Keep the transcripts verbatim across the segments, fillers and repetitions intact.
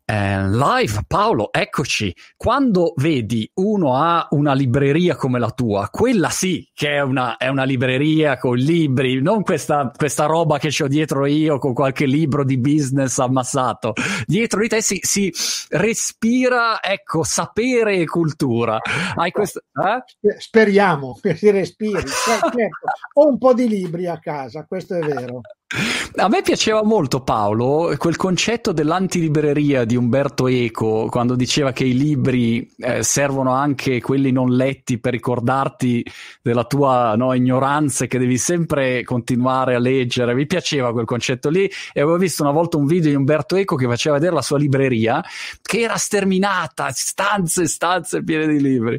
Eh, live, Paolo, eccoci. Quando vedi uno ha una libreria come la tua, quella sì che è una, è una libreria con libri, non questa, questa roba che c'ho dietro io con qualche libro di business ammassato. Dietro di te si, si respira, ecco, sapere e cultura. Hai questo, eh? Speriamo che si respiri. Certo, ho un po' di libri a casa, questo è vero. A me piaceva molto, Paolo, quel concetto dell'antilibreria di Umberto Eco, quando diceva che i libri eh, servono anche quelli non letti per ricordarti della tua no, ignoranza e che devi sempre continuare a leggere. Mi piaceva quel concetto lì e avevo visto una volta un video di Umberto Eco che faceva vedere la sua libreria che era sterminata, stanze e stanze piene di libri.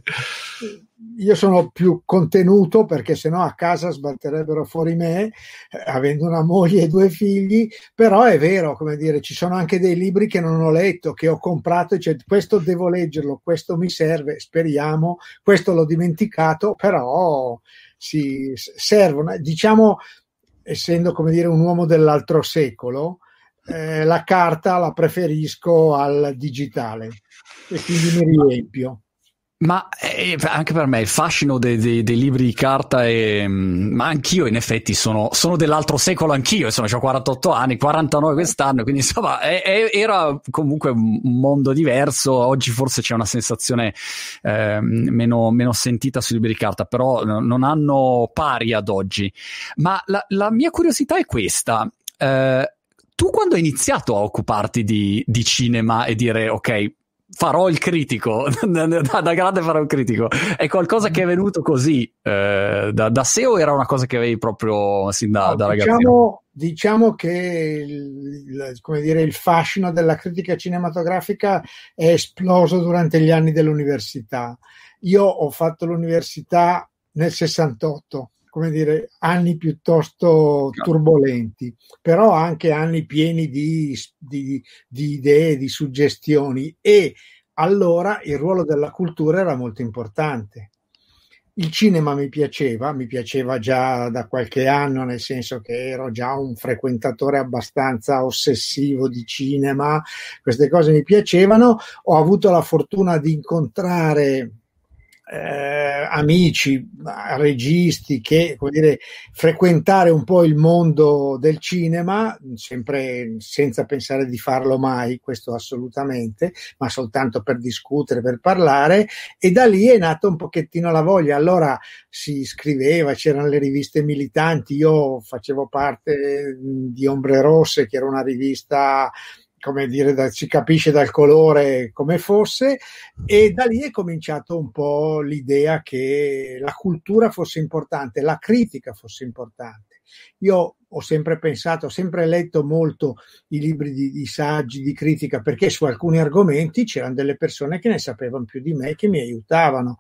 Io sono più contenuto perché sennò a casa sbatterebbero fuori me, eh, avendo una moglie e due figli, però è vero, come dire, ci sono anche dei libri che non ho letto, che ho comprato, cioè questo devo leggerlo, questo mi serve, speriamo, questo l'ho dimenticato, però si servono, diciamo, essendo come dire un uomo dell'altro secolo, eh, la carta la preferisco al digitale e quindi mi riempio. Ma eh, anche per me il fascino dei, dei, dei libri di carta è, ma anch'io in effetti sono, sono dell'altro secolo anch'io, insomma ho quarantotto anni, quarantanove quest'anno, quindi insomma è, è, era comunque un mondo diverso. Oggi forse c'è una sensazione eh, meno, meno sentita sui libri di carta, però non hanno pari ad oggi. Ma la, la mia curiosità è questa, eh, tu quando hai iniziato a occuparti di, di cinema e dire ok, farò il critico, da, da grande farò il critico, è qualcosa che è venuto così eh, da, da sé o era una cosa che avevi proprio sin da, no, da diciamo, ragazzino? diciamo che il, il, come dire, il fascino della critica cinematografica è esploso durante gli anni dell'università. Io ho fatto l'università nel sessantotto, come dire, anni piuttosto turbolenti, però anche anni pieni di, di, di idee, di suggestioni, e allora il ruolo della cultura era molto importante. Il cinema mi piaceva, mi piaceva già da qualche anno, nel senso che ero già un frequentatore abbastanza ossessivo di cinema, queste cose mi piacevano. Ho avuto la fortuna di incontrare Eh, amici, registi che, come dire, frequentare un po' il mondo del cinema, sempre senza pensare di farlo mai, questo assolutamente, ma soltanto per discutere, per parlare, e da lì è nata un pochettino la voglia. Allora si scriveva, c'erano le riviste militanti, io facevo parte di Ombre Rosse, che era una rivista, come dire, da, si capisce dal colore come fosse, e da lì è cominciato un po' l'idea che la cultura fosse importante, la critica fosse importante. Io ho sempre pensato, ho sempre letto molto i libri di, di saggi, di critica, perché su alcuni argomenti c'erano delle persone che ne sapevano più di me, che mi aiutavano.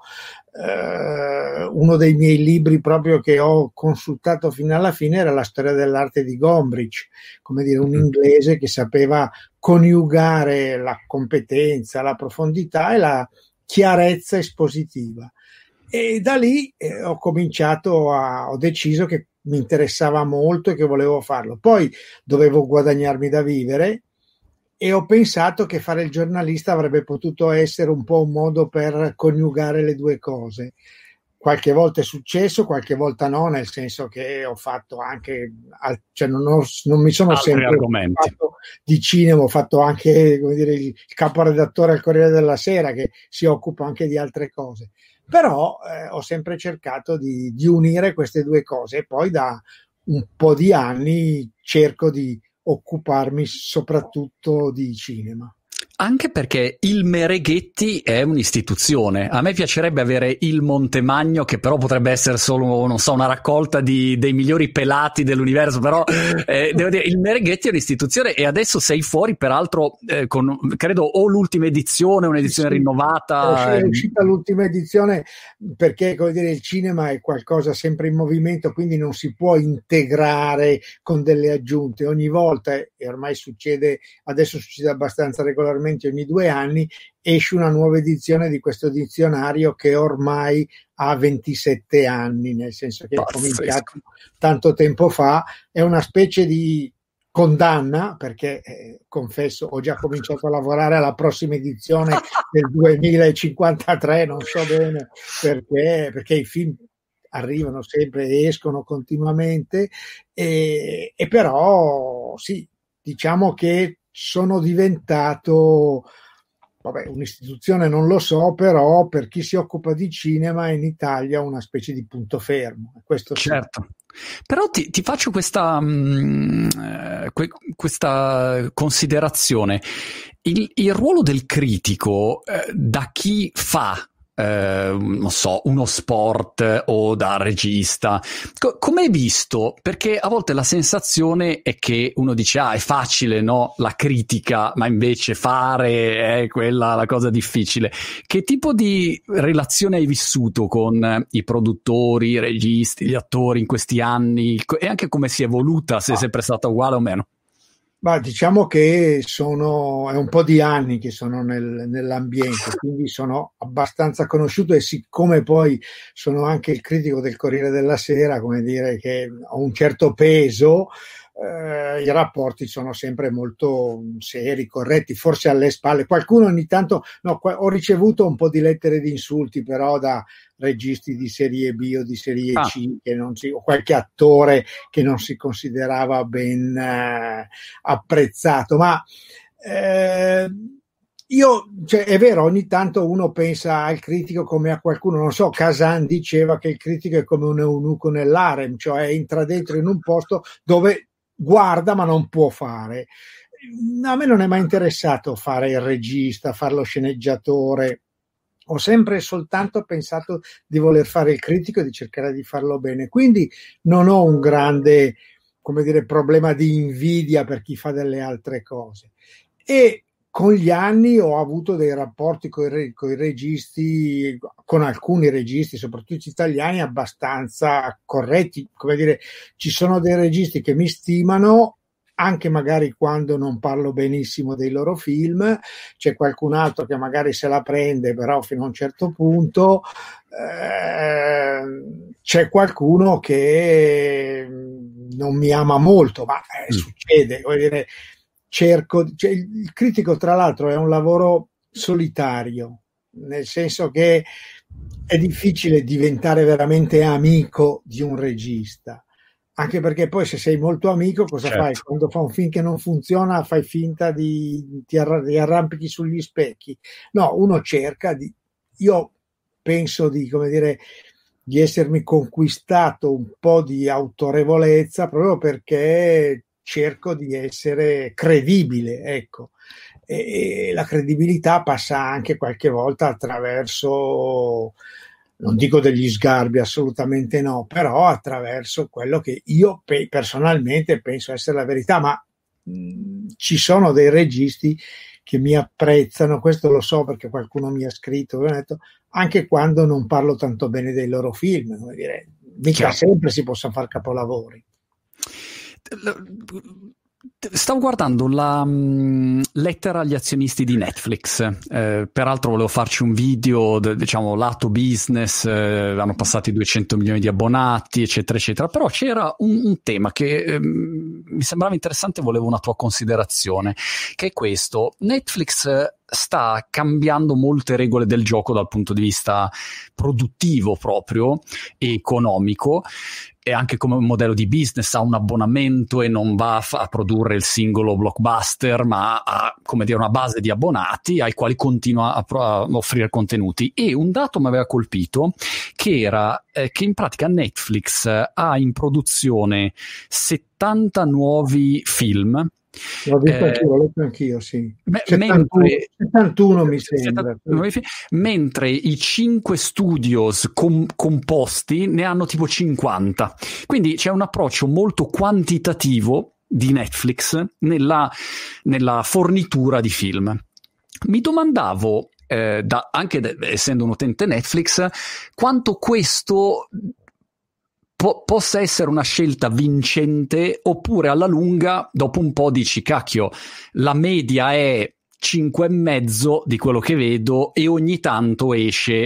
Uh, uno dei miei libri proprio che ho consultato fino alla fine era La storia dell'arte di Gombrich, come dire, un inglese che sapeva coniugare la competenza, la profondità e la chiarezza espositiva. E da lì eh, ho cominciato a, ho deciso che mi interessava molto e che volevo farlo. Poi dovevo guadagnarmi da vivere e ho pensato che fare il giornalista avrebbe potuto essere un po' un modo per coniugare le due cose. Qualche volta è successo, qualche volta no, nel senso che ho fatto anche, cioè non, ho, non mi sono altri sempre argomenti. fatto di cinema, ho fatto anche, come dire, il caporedattore al Corriere della Sera, che si occupa anche di altre cose. Però eh, ho sempre cercato di, di unire queste due cose, e poi da un po' di anni cerco di occuparmi soprattutto di cinema. Anche perché il Mereghetti è un'istituzione. A me piacerebbe avere il Montemagno, che però potrebbe essere solo, non so, una raccolta di, dei migliori pelati dell'universo, però eh, devo dire, il Mereghetti è un'istituzione, e adesso sei fuori, peraltro, eh, con, credo, o l'ultima edizione, un'edizione sì, rinnovata. È uscita l'ultima edizione perché, come dire, il cinema è qualcosa sempre in movimento, quindi non si può integrare con delle aggiunte. Ogni volta, e ormai succede, adesso succede abbastanza regolarmente, ogni due anni esce una nuova edizione di questo dizionario che ormai ha ventisette anni, nel senso che è cominciato tanto tempo fa. È una specie di condanna, perché eh, confesso, ho già cominciato a lavorare alla prossima edizione del duemilacinquantatré, non so bene perché, perché i film arrivano sempre e escono continuamente, e, e però sì, diciamo che sono diventato, vabbè, un'istituzione non lo so, però per chi si occupa di cinema in Italia una specie di punto fermo. Questo sì. Certo. Però ti, ti faccio questa, mh, que, questa considerazione. Il, il ruolo del critico, eh, da chi fa Eh, non so, uno sport o da regista, Co- come è visto? Perché a volte la sensazione è che uno dice ah è facile, no? La critica, ma invece fare è quella la cosa difficile. Che tipo di relazione hai vissuto con i produttori, i registi, gli attori in questi anni, e anche come si è evoluta, se è sempre stata uguale o meno? Ma diciamo che sono, è un po' di anni che sono nel, nell'ambiente, quindi sono abbastanza conosciuto, e siccome poi sono anche il critico del Corriere della Sera, come dire che ho un certo peso, eh, i rapporti sono sempre molto seri, corretti, forse alle spalle. Qualcuno ogni tanto, no, ho ricevuto un po' di lettere di insulti, però da registi di serie B o di serie Ah. C, che non si, o qualche attore che non si considerava ben eh, apprezzato, ma eh, io, cioè, è vero, ogni tanto uno pensa al critico come a qualcuno, non so, Kazan diceva che il critico è come un eunuco nell'harem, cioè entra dentro in un posto dove guarda ma non può fare. A me non è mai interessato fare il regista, fare lo sceneggiatore. Ho sempre soltanto pensato di voler fare il critico e di cercare di farlo bene. Quindi non ho un grande, come dire, problema di invidia per chi fa delle altre cose. E con gli anni ho avuto dei rapporti con i, con i registi, con alcuni registi, soprattutto italiani, abbastanza corretti. Come dire, ci sono dei registi che mi stimano, anche magari quando non parlo benissimo dei loro film. C'è qualcun altro che magari se la prende, però fino a un certo punto. Eh, c'è qualcuno che non mi ama molto, ma eh, mm. succede, vuol dire, cerco, cioè, il critico tra l'altro è un lavoro solitario, nel senso che è difficile diventare veramente amico di un regista, anche perché poi se sei molto amico cosa certo. fai? Quando fa un film che non funziona fai finta di ti arrampichi sugli specchi. No, uno cerca di, io penso di, come dire, di essermi conquistato un po' di autorevolezza proprio perché cerco di essere credibile, ecco. E, e la credibilità passa anche qualche volta attraverso, non dico degli sgarbi, assolutamente no, però attraverso quello che io pe- personalmente penso essere la verità, ma mh, ci sono dei registi che mi apprezzano, questo lo so perché qualcuno mi ha scritto, mi ha detto, anche quando non parlo tanto bene dei loro film, come dire, mica sempre si possono fare capolavori. Stavo guardando la um, lettera agli azionisti di Netflix, eh, peraltro volevo farci un video, de, diciamo lato business, eh, hanno passati duecento milioni di abbonati eccetera eccetera, però c'era un, un tema che eh, mi sembrava interessante e volevo una tua considerazione, che è questo: Netflix sta cambiando molte regole del gioco dal punto di vista produttivo proprio e economico, e anche come modello di business. Ha un abbonamento e non va a, f- a produrre il singolo blockbuster, ma ha, come dire, una base di abbonati ai quali continua a, pro- a offrire contenuti. E un dato mi aveva colpito, che era eh, che in pratica Netflix ha in produzione settanta nuovi film. L'ho visto eh, anch'io, l'ho letto anch'io, sì. Me- settantuno, mentre, settantuno mi sembra. Mentre i cinque studios com- composti ne hanno tipo cinquanta. Quindi c'è un approccio molto quantitativo di Netflix nella, nella fornitura di film. Mi domandavo, eh, da, anche de- essendo un utente Netflix, quanto questo Po- possa essere una scelta vincente, oppure alla lunga dopo un po' dici cacchio, la media è cinque e mezzo di quello che vedo e ogni tanto esce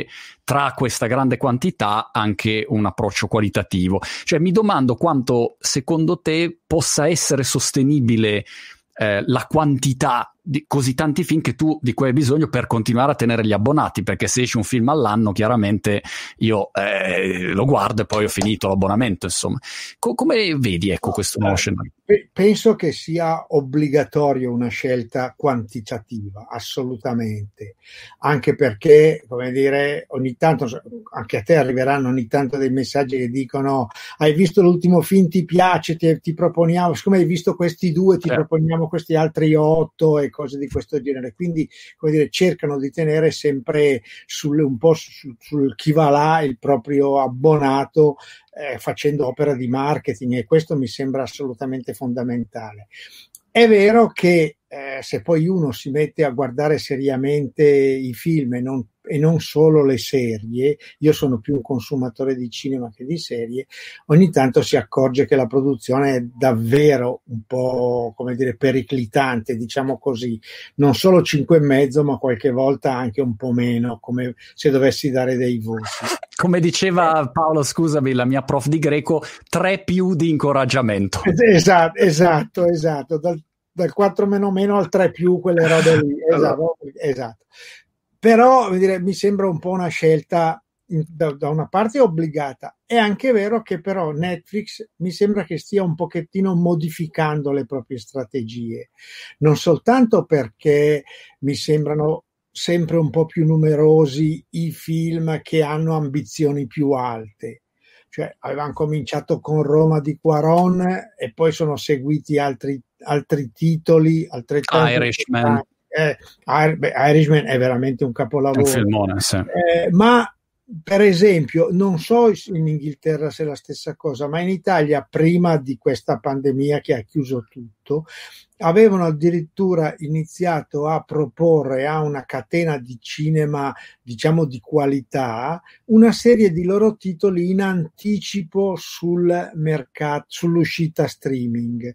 tra questa grande quantità anche un approccio qualitativo. Cioè mi domando quanto secondo te possa essere sostenibile eh, la quantità di così tanti film che tu di cui hai bisogno per continuare a tenere gli abbonati, perché se esce un film all'anno chiaramente io eh, lo guardo e poi ho finito l'abbonamento, insomma. Co- come vedi ecco questo nuovo scenario? Penso che sia obbligatorio una scelta quantitativa, assolutamente, anche perché, come dire, ogni tanto, anche a te arriveranno ogni tanto dei messaggi che dicono hai visto l'ultimo film, ti piace, ti, ti proponiamo, siccome hai visto questi due ti certo. proponiamo questi altri otto e cose di questo genere, quindi come dire, cercano di tenere sempre sul, un po' sul, sul chi va là il proprio abbonato, eh, facendo opera di marketing, e questo mi sembra assolutamente fondamentale. È vero che eh, se poi uno si mette a guardare seriamente i film e non, e non solo le serie, io sono più un consumatore di cinema che di serie, ogni tanto si accorge che la produzione è davvero un po', come dire, periclitante, diciamo così, non solo cinque e mezzo, ma qualche volta anche un po' meno, come se dovessi dare dei voti. Come diceva Paolo, scusami, la mia prof di greco, tre più di incoraggiamento. Esatto, esatto, esatto, dal, dal quattro meno meno al tre più, quelle robe lì, esatto, esatto. Però, vuol dire, mi sembra un po' una scelta da, da una parte obbligata. È anche vero che però Netflix mi sembra che stia un pochettino modificando le proprie strategie, non soltanto perché mi sembrano sempre un po' più numerosi i film che hanno ambizioni più alte. Cioè, avevano cominciato con Roma di Cuarón e poi sono seguiti altri, altri titoli, altrettanto. Irishman. Eh, Irishman è veramente un capolavoro. Un filmone, sì. Eh, ma per esempio, non so in Inghilterra se è la stessa cosa, ma in Italia, prima di questa pandemia che ha chiuso tutto, avevano addirittura iniziato a proporre a una catena di cinema, diciamo di qualità, una serie di loro titoli in anticipo sul mercato, sull'uscita streaming.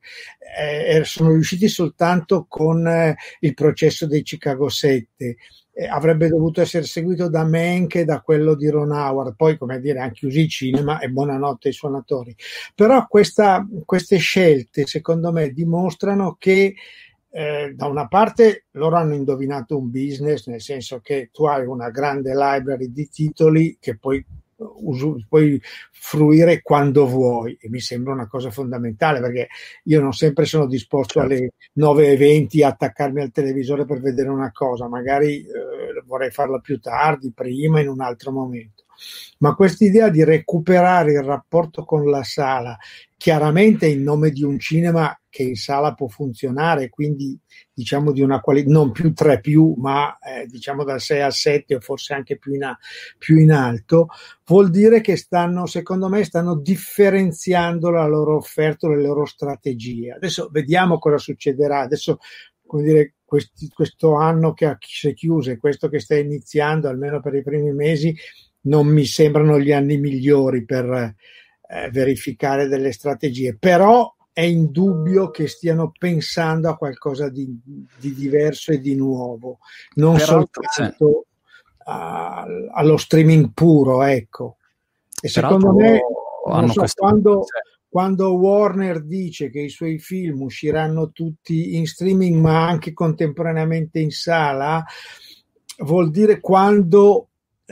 Eh, sono riusciti soltanto con eh, il processo dei Chicago sette. Eh, avrebbe dovuto essere seguito da Mank e da quello di Ron Howard, poi come dire hanno chiuso i cinema e buonanotte ai suonatori. Però questa, queste scelte secondo me dimostrano che eh, da una parte loro hanno indovinato un business, nel senso che tu hai una grande library di titoli che poi Usu, puoi fruire quando vuoi, e mi sembra una cosa fondamentale, perché io non sempre sono disposto certo. alle nove e venti a attaccarmi al televisore per vedere una cosa, magari eh, vorrei farla più tardi, prima, in un altro momento. Ma quest'idea di recuperare il rapporto con la sala, chiaramente in nome di un cinema che in sala può funzionare, quindi diciamo di una qualità non più tre più, ma eh, diciamo dal sei al sette o forse anche più in, a, più in alto, vuol dire che stanno, secondo me, stanno differenziando la loro offerta, le loro strategie. Adesso vediamo cosa succederà. Adesso, come dire, questi, questo anno che si è chiuso e questo che sta iniziando, almeno per i primi mesi, non mi sembrano gli anni migliori per eh, verificare delle strategie, però è indubbio che stiano pensando a qualcosa di, di diverso e di nuovo, non Peraltro, soltanto sì. a, allo streaming puro, ecco. E Peraltro secondo me non so, questo... quando, quando Warner dice che i suoi film usciranno tutti in streaming ma anche contemporaneamente in sala, vuol dire quando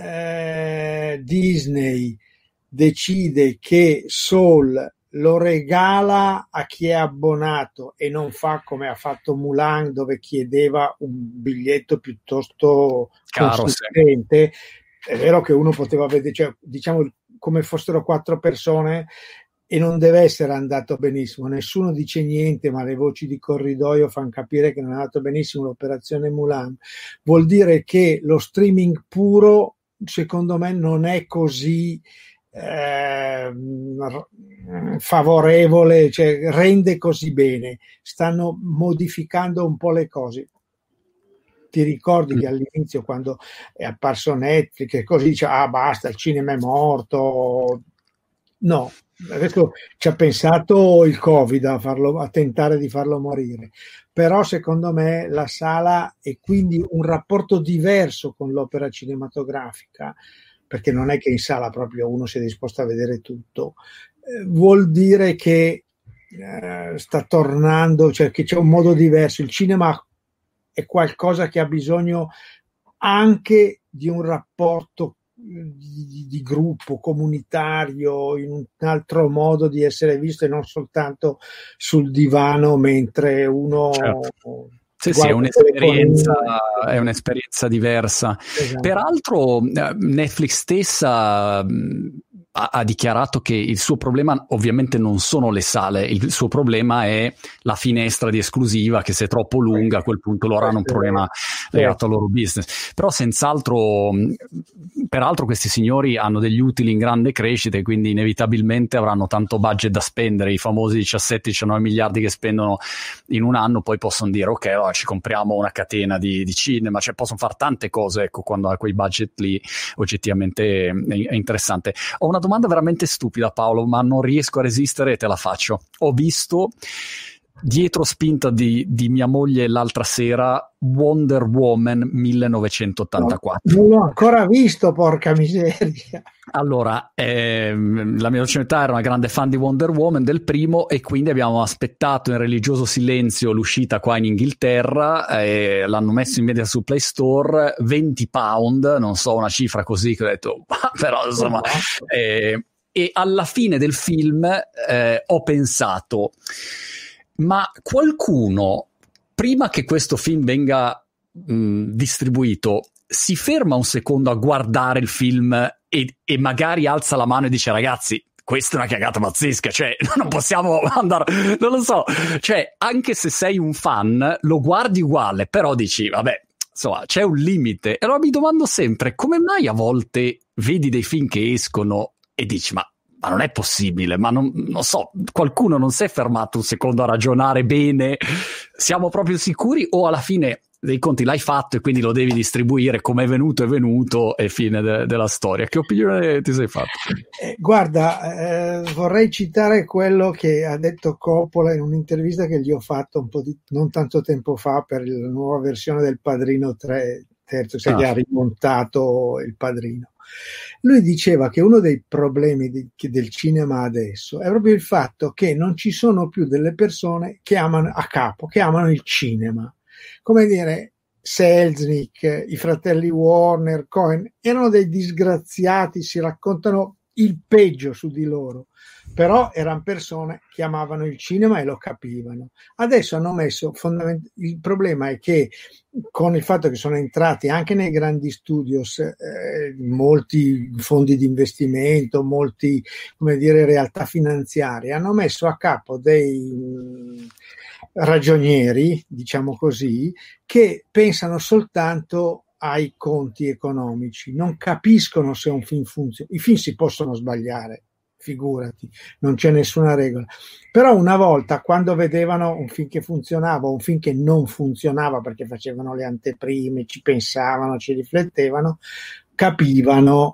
eh, Disney decide che Soul lo regala a chi è abbonato e non fa come ha fatto Mulan, dove chiedeva un biglietto piuttosto caro, consistente. Sì. È vero che uno poteva vedere, cioè, diciamo come fossero quattro persone, e non deve essere andato benissimo. Nessuno dice niente, ma le voci di corridoio fanno capire che non è andato benissimo l'operazione Mulan. Vuol dire che lo streaming puro, secondo me, non è così Eh, favorevole, cioè rende così bene. Stanno modificando un po' le cose. Ti ricordi che all'inizio, quando è apparso Netflix e così, dice ah basta, il cinema è morto? No, adesso ci ha pensato il Covid a farlo, a tentare di farlo morire, però secondo me la sala, e quindi un rapporto diverso con l'opera cinematografica, perché non è che in sala proprio uno sia disposto a vedere tutto, eh, vuol dire che eh, sta tornando, cioè che c'è un modo diverso. Il cinema è qualcosa che ha bisogno anche di un rapporto di, di gruppo comunitario, in un altro modo di essere visto e non soltanto sul divano mentre uno certo. Sì, sì, è un'esperienza, è un'esperienza diversa. Esatto. Peraltro Netflix stessa ha, ha dichiarato che il suo problema ovviamente non sono le sale, il suo problema è la finestra di esclusiva, che se è troppo lunga a quel punto loro hanno un problema legato al loro business. Però senz'altro, peraltro questi signori hanno degli utili in grande crescita e quindi inevitabilmente avranno tanto budget da spendere, i famosi diciassette diciannove miliardi che spendono in un anno, poi possono dire ok, allora ci compriamo una catena di, di cinema, cioè possono fare tante cose, ecco, quando ha quei budget lì oggettivamente è, è interessante. Ho una domanda veramente stupida, Paolo, ma non riesco a resistere e te la faccio. Ho visto dietro spinta di, di mia moglie l'altra sera Wonder Woman millenovecentottantaquattro. Non l'ho ancora visto, porca miseria. Allora, ehm, la mia dolce metà era una grande fan di Wonder Woman, del primo, e quindi abbiamo aspettato in religioso silenzio l'uscita qua in Inghilterra, e l'hanno messo in media su Play Store, venti pound, non so, una cifra così che ho detto, però insomma... Eh, e alla fine del film eh, ho pensato, ma qualcuno, prima che questo film venga mh, distribuito, si ferma un secondo a guardare il film e, e magari alza la mano e dice ragazzi, questa è una cagata pazzesca, cioè non possiamo andare, non lo so, cioè anche se sei un fan lo guardi uguale, però dici vabbè, insomma c'è un limite. E allora mi domando sempre come mai a volte vedi dei film che escono e dici ma ma non è possibile, ma non, non so, qualcuno non si è fermato un secondo a ragionare bene, siamo proprio sicuri o alla fine dei conti l'hai fatto e quindi lo devi distribuire, come è venuto è venuto e fine de- della storia. Che opinione ti sei fatto? Eh, guarda, eh, vorrei citare quello che ha detto Coppola in un'intervista che gli ho fatto un po' di, non tanto tempo fa per la nuova versione del Padrino tre, terzo, cioè ah. che ha rimontato il Padrino. Lui diceva che uno dei problemi di, del cinema adesso è proprio il fatto che non ci sono più delle persone che amano a capo, che amano il cinema. Come dire, Selznick, i fratelli Warner, Cohen, erano dei disgraziati, si raccontano il peggio su di loro, però erano persone che amavano il cinema e lo capivano. Adesso hanno messo, fondament- il problema è che con il fatto che sono entrati anche nei grandi studios eh, molti fondi di investimento, molti, come dire, realtà finanziarie, hanno messo a capo dei mh, ragionieri, diciamo così, che pensano soltanto ai conti economici, non capiscono se un film funziona. I film si possono sbagliare, figurati, non c'è nessuna regola, però una volta quando vedevano un film che funzionava o un film che non funzionava perché facevano le anteprime, ci pensavano, ci riflettevano, capivano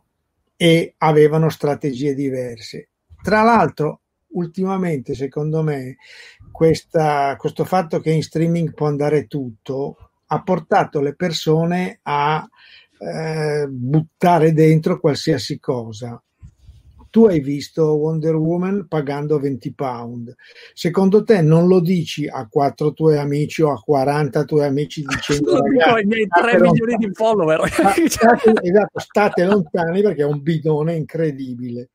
e avevano strategie diverse. Tra l'altro ultimamente secondo me questa, questo fatto che in streaming può andare tutto ha portato le persone a eh, buttare dentro qualsiasi cosa. Tu hai visto Wonder Woman pagando venti pound. Secondo te non lo dici a quattro tuoi amici o a quaranta tuoi amici dicendo lo dico ai miei tre milioni di follower. State, esatto, state lontani perché è un bidone incredibile.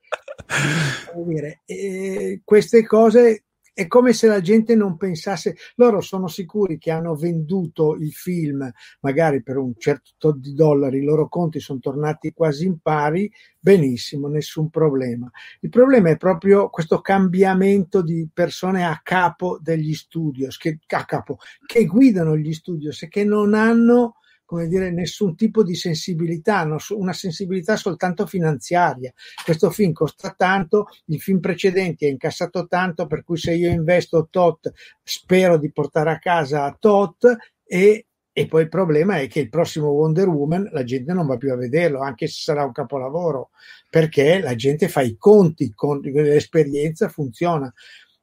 Vuol dire, e queste cose è come se la gente non pensasse, loro sono sicuri che hanno venduto il film magari per un certo tot di dollari, i loro conti sono tornati quasi in pari, benissimo, nessun problema. Il problema è proprio questo cambiamento di persone a capo degli studios, che, a capo, che guidano gli studios e che non hanno, come dire, nessun tipo di sensibilità, hanno una sensibilità soltanto finanziaria. Questo film costa tanto, il film precedente ha incassato tanto, per cui se io investo tot spero di portare a casa tot, e, e poi il problema è che il prossimo Wonder Woman la gente non va più a vederlo, anche se sarà un capolavoro, perché la gente fa i conti, conti l'esperienza funziona.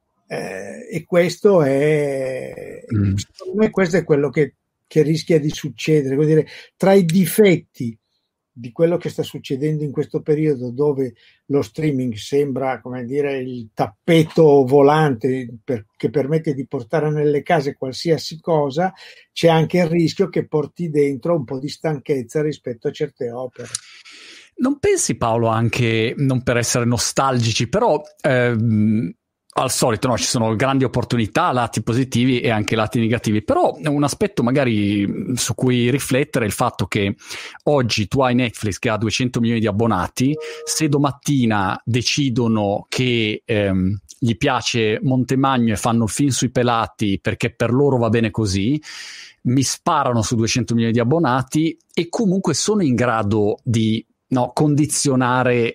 Eh, e questo è, mm. secondo me questo è quello che che rischia di succedere, vuol dire, tra i difetti di quello che sta succedendo in questo periodo, dove lo streaming sembra, come dire, il tappeto volante per, che permette di portare nelle case qualsiasi cosa, c'è anche il rischio che porti dentro un po' di stanchezza rispetto a certe opere. Non pensi, Paolo, anche, non per essere nostalgici, però ehm, al solito no, ci sono grandi opportunità, lati positivi e anche lati negativi, però un aspetto magari su cui riflettere è il fatto che oggi tu hai Netflix che ha duecento milioni di abbonati, se domattina decidono che ehm, gli piace Montemagno e fanno il film sui pelati perché per loro va bene così, mi sparano su duecento milioni di abbonati e comunque sono in grado di no, condizionare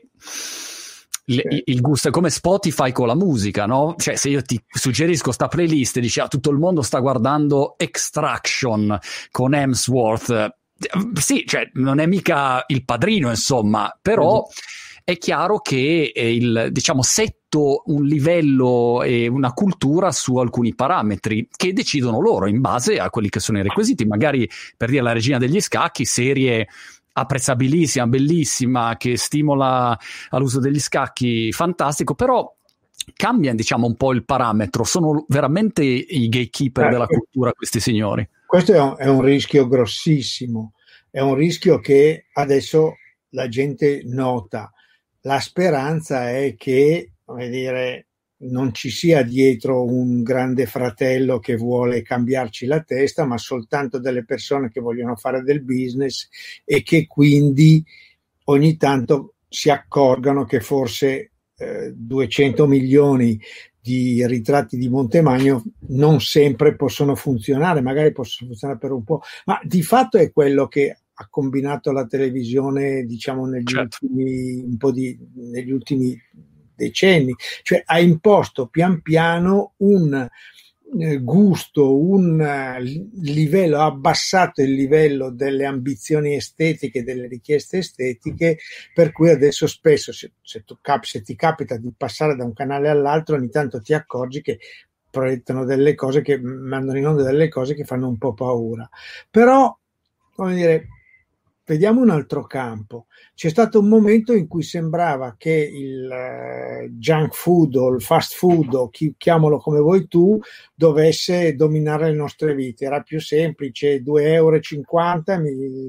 il, il gusto. È come Spotify con la musica, no? Cioè, se io ti suggerisco sta playlist e dici ah, tutto il mondo sta guardando Extraction con Hemsworth, sì, cioè non è mica Il Padrino, insomma, però è chiaro che il, diciamo, setto un livello e una cultura su alcuni parametri che decidono loro in base a quelli che sono i requisiti. Magari, per dire, La Regina degli Scacchi, serie apprezzabilissima, bellissima, che stimola all'uso degli scacchi, fantastico, però cambia, diciamo, un po' il parametro. Sono veramente i gatekeeper eh, della cultura questi signori. Questo è un, è un rischio grossissimo, è un rischio che adesso la gente nota. La speranza è che, come dire, non ci sia dietro un grande fratello che vuole cambiarci la testa, ma soltanto delle persone che vogliono fare del business e che quindi ogni tanto si accorgano che forse eh, duecento milioni di ritratti di Montemagno non sempre possono funzionare, magari possono funzionare per un po', ma di fatto è quello che ha combinato la televisione, diciamo, negli certo. ultimi un po' di negli ultimi decenni, cioè ha imposto pian piano un eh, gusto, un uh, livello, ha abbassato il livello delle ambizioni estetiche, delle richieste estetiche, per cui adesso spesso se, se, tu cap- se ti capita di passare da un canale all'altro, ogni tanto ti accorgi che proiettano delle cose, che mandano in onda delle cose che fanno un po' paura. Però, come dire, vediamo un altro campo. C'è stato un momento in cui sembrava che il uh, junk food o il fast food, o chi, chiamalo come vuoi tu, dovesse dominare le nostre vite. Era più semplice, due euro e cinquanta, mi,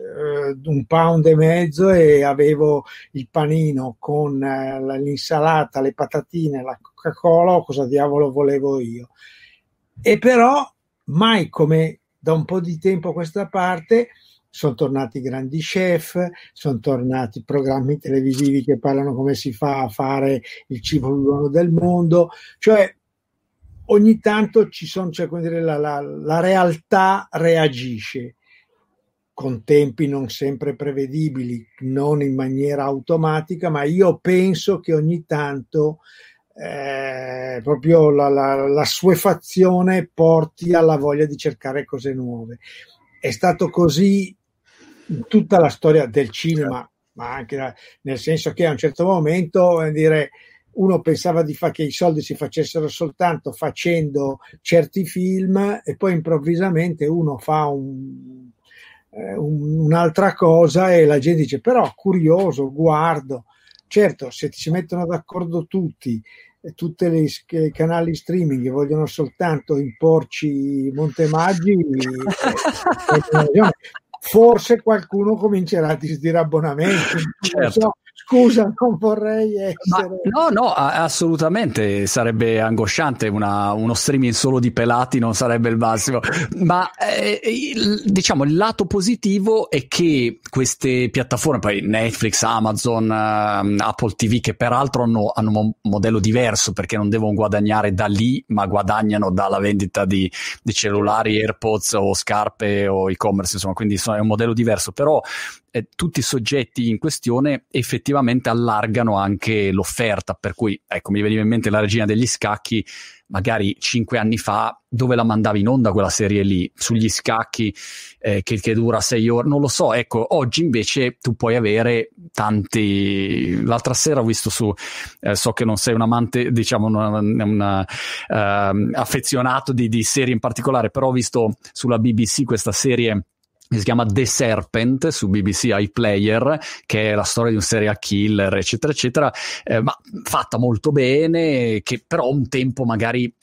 uh, un pound e mezzo, e avevo il panino con uh, l'insalata, le patatine, la Coca-Cola, cosa diavolo volevo io. E però mai come da un po' di tempo a questa parte sono tornati i grandi chef, sono tornati programmi televisivi che parlano come si fa a fare il cibo più buono del mondo, cioè ogni tanto ci sono, cioè, come dire, la, la, la realtà reagisce con tempi non sempre prevedibili, non in maniera automatica, ma io penso che ogni tanto eh, proprio la, la, la suefazione porti alla voglia di cercare cose nuove. È stato così in tutta la storia del cinema, ma anche nel senso che a un certo momento, eh, dire, uno pensava di fa- che i soldi si facessero soltanto facendo certi film, e poi improvvisamente uno fa un, eh, un, un'altra cosa e la gente dice però curioso, guardo. Certo, se si mettono d'accordo tutti, tutti i canali streaming vogliono soltanto imporci Montemaggi, eh, forse qualcuno comincerà a disdire abbonamenti. Certo. Non so, scusa, non vorrei essere... Ma no, no, assolutamente sarebbe angosciante. Una, uno streaming solo di pelati non sarebbe il massimo. Ma eh, il, diciamo il lato positivo è che queste piattaforme, poi Netflix, Amazon, uh, Apple T V, che peraltro hanno, hanno un modello diverso perché non devono guadagnare da lì, ma guadagnano dalla vendita di, di cellulari, AirPods o scarpe o e-commerce, insomma, quindi è un modello diverso, però eh, tutti i soggetti in questione effettivamente allargano anche l'offerta, per cui ecco, mi veniva in mente La Regina degli Scacchi, magari cinque anni fa, dove la mandavi in onda quella serie lì, sugli scacchi, eh, che, che dura sei ore, non lo so, ecco, oggi invece tu puoi avere tanti. L'altra sera ho visto su, eh, so che non sei un amante, diciamo, una, una, uh, affezionato di, di serie in particolare, però ho visto sulla B B C questa serie si chiama The Serpent su B B C iPlayer, che è la storia di un serial killer, eccetera, eccetera, eh, ma fatta molto bene, che però un tempo magari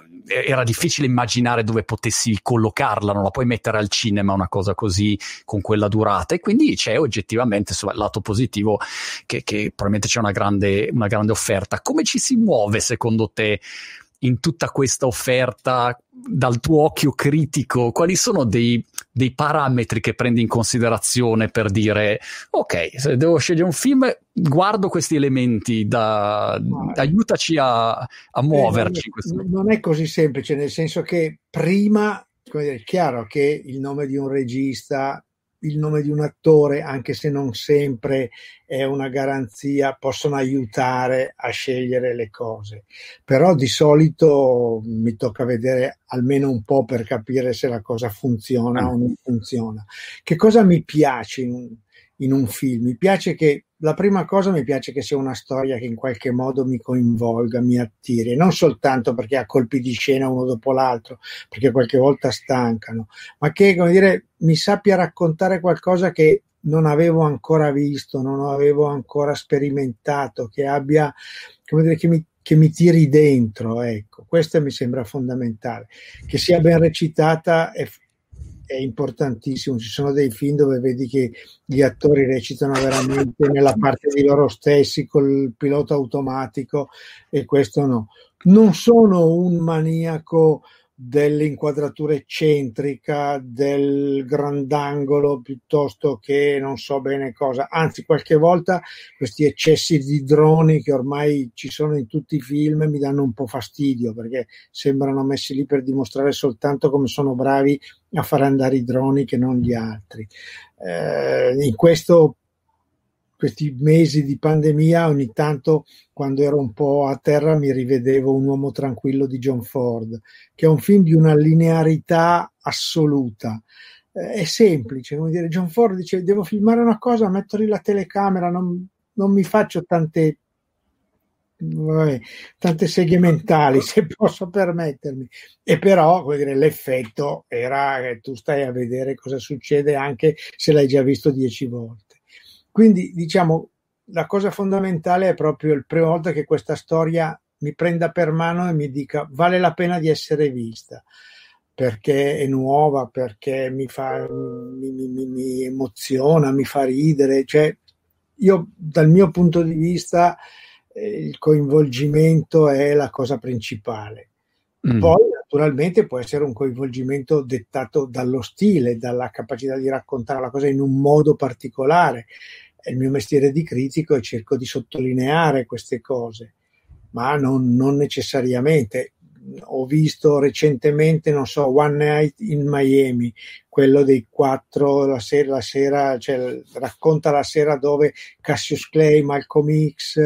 era difficile immaginare dove potessi collocarla, non la puoi mettere al cinema una cosa così con quella durata, e quindi c'è oggettivamente sul lato positivo che, che probabilmente c'è una grande, una grande offerta. Come ci si muove secondo te in tutta questa offerta dal tuo occhio critico? Quali sono dei, dei parametri che prendi in considerazione per dire ok, se devo scegliere un film guardo questi elementi, da, No, aiutaci a, a muoverci eh, in questo non, non è così semplice, nel senso che prima, come dire, è chiaro che il nome di un regista, il nome di un attore, anche se non sempre è una garanzia, possono aiutare a scegliere le cose, però di solito mi tocca vedere almeno un po' per capire se la cosa funziona eh. o non funziona. Che cosa mi piace in, in un film? Mi piace che la prima cosa mi piace che sia una storia che in qualche modo mi coinvolga, mi attiri, non soltanto perché ha colpi di scena uno dopo l'altro, perché qualche volta stancano, ma che, come dire, mi sappia raccontare qualcosa che non avevo ancora visto, non avevo ancora sperimentato, che abbia, come dire, che mi, che mi tiri dentro, ecco, questo mi sembra fondamentale. Che sia ben recitata è è importantissimo. Ci sono dei film dove vedi che gli attori recitano veramente nella parte di loro stessi col pilota automatico, e questo no. Non sono un maniaco dell'inquadratura eccentrica, del grandangolo, piuttosto che non so bene cosa, anzi qualche volta questi eccessi di droni che ormai ci sono in tutti i film mi danno un po' fastidio, perché sembrano messi lì per dimostrare soltanto come sono bravi a far andare i droni che non gli altri. Eh, in questo questi mesi di pandemia ogni tanto, quando ero un po' a terra, mi rivedevo Un uomo tranquillo di John Ford, che è un film di una linearità assoluta. Eh, è semplice, come dire, John Ford dice devo filmare una cosa, metto lì la telecamera, non, non mi faccio tante vabbè, tante seghe mentali, se posso permettermi, e però, come dire, l'effetto era che tu stai a vedere cosa succede anche se l'hai già visto dieci volte. Quindi, diciamo, la cosa fondamentale è proprio la prima volta che questa storia mi prenda per mano e mi dica vale la pena di essere vista, perché è nuova, perché mi fa, mi, mi, mi emoziona, mi fa ridere. Cioè, io, dal mio punto di vista, eh, il coinvolgimento è la cosa principale. Mm. Poi, naturalmente, può essere un coinvolgimento dettato dallo stile, dalla capacità di raccontare la cosa in un modo particolare. È il mio mestiere di critico e cerco di sottolineare queste cose, ma non, non necessariamente. Ho visto recentemente, non so, One Night in Miami, quello dei quattro, la sera, la sera cioè, racconta la sera dove Cassius Clay, Malcolm X,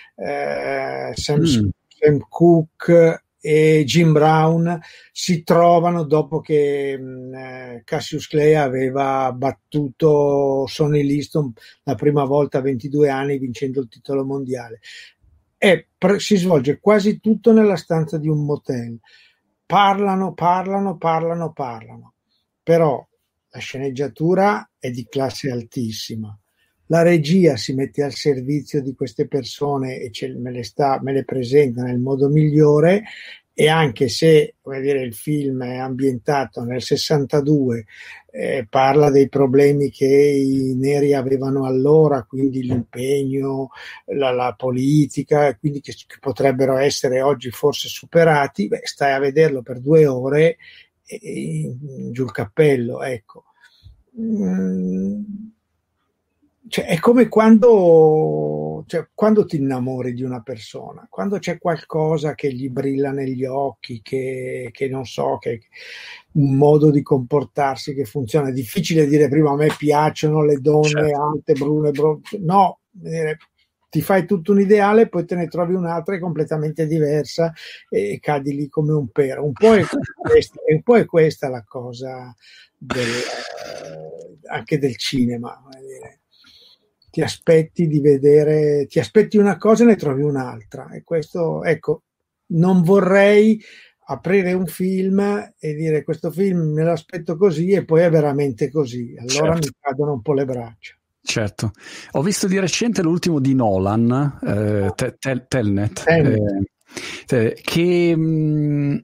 eh, Sam, mm. Sam Cooke e Jim Brown si trovano dopo che mh, Cassius Clay aveva battuto Sonny Liston la prima volta a ventidue anni vincendo il titolo mondiale. E pre- si svolge quasi tutto nella stanza di un motel. Parlano, parlano, parlano, parlano. Però la sceneggiatura è di classe altissima. La regia si mette al servizio di queste persone e ce, me, le sta, me le presenta nel modo migliore, e anche se, come dire, il film è ambientato nel sessantadue, eh, parla dei problemi che i neri avevano allora, quindi l'impegno, la, la politica, quindi che, che potrebbero essere oggi forse superati, beh, stai a vederlo per due ore e, e giù il cappello, ecco. Mm. Cioè, è come quando, cioè, quando ti innamori di una persona, quando c'è qualcosa che gli brilla negli occhi, che, che non so, che un modo di comportarsi che funziona. È difficile dire prima a me piacciono le donne, certo, alte, brune, brune. No, dire, ti fai tutto un ideale, poi te ne trovi un'altra completamente diversa e cadi lì come un pero. Un po' è questa, un po' è questa la cosa del, anche del cinema. Dire. Ti aspetti di vedere, ti aspetti una cosa e ne trovi un'altra, e questo, ecco, non vorrei aprire un film e dire questo film me l'aspetto così e poi è veramente così, allora certo. Mi cadono un po' le braccia. Certo, ho visto di recente l'ultimo di Nolan, eh, te, te, Telnet, eh, che mh,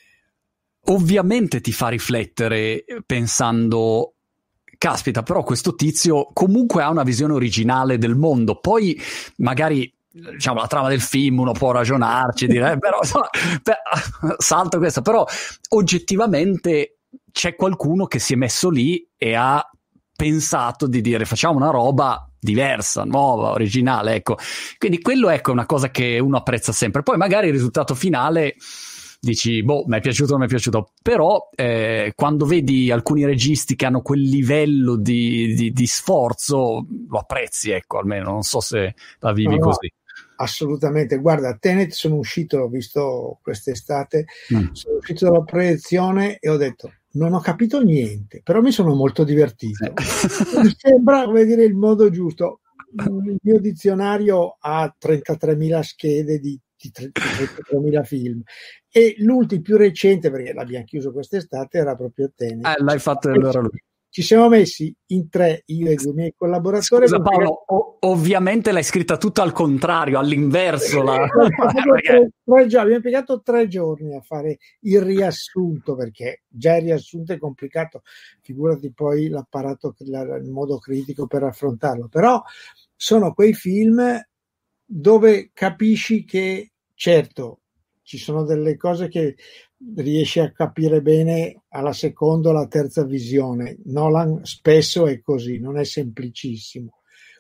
ovviamente ti fa riflettere pensando, caspita, però questo tizio comunque ha una visione originale del mondo, poi magari diciamo la trama del film uno può ragionarci, dire eh, però insomma, per, salto questo, però oggettivamente c'è qualcuno che si è messo lì e ha pensato di dire facciamo una roba diversa, nuova, originale, ecco. Quindi quello, ecco, è una cosa che uno apprezza sempre. Poi magari il risultato finale dici, boh, mi è piaciuto o non mi è piaciuto, però eh, quando vedi alcuni registi che hanno quel livello di, di, di sforzo, lo apprezzi, ecco, almeno, non so se la vivi no, così. Assolutamente, guarda, Tenet sono uscito, l'ho visto quest'estate, mm. sono uscito dalla proiezione e ho detto non ho capito niente, però mi sono molto divertito. Mi sembra, come dire, il modo giusto. Il mio dizionario ha trentatremila schede di, di trentatremila film e l'ultimo più recente, perché l'abbiamo chiuso quest'estate, era proprio Tenet. Eh, l'hai fatto allora lui. Ci siamo messi in tre, io e i due miei collaboratori. Scusa Paolo, o- ovviamente l'hai scritta tutta al contrario, all'inverso. La... tre, tre giorni, abbiamo impiegato tre giorni a fare il riassunto, perché già il riassunto è complicato, figurati poi l'apparato, il modo critico per affrontarlo. Però sono quei film dove capisci che, certo, ci sono delle cose che riesci a capire bene alla seconda o alla terza visione. Nolan spesso è così, non è semplicissimo,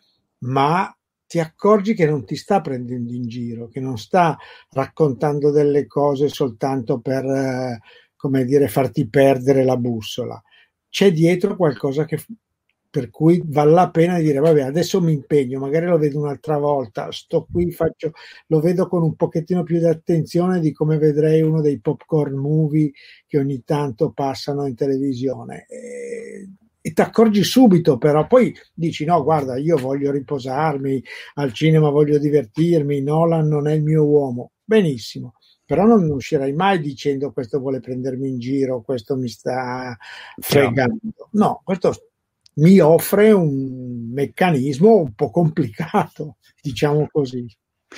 ma ti accorgi che non ti sta prendendo in giro, che non sta raccontando delle cose soltanto per, eh, come dire, farti perdere la bussola. C'è dietro qualcosa che per cui vale la pena di dire vabbè, adesso mi impegno, magari lo vedo un'altra volta, sto qui, faccio, lo vedo con un pochettino più di attenzione di come vedrei uno dei popcorn movie che ogni tanto passano in televisione. E, e ti accorgi subito, però poi dici no, guarda, io voglio riposarmi, al cinema voglio divertirmi, Nolan non è il mio uomo. Benissimo. Però non uscirai mai dicendo questo vuole prendermi in giro, questo mi sta fregando. No, questo mi offre un meccanismo un po' complicato, diciamo così.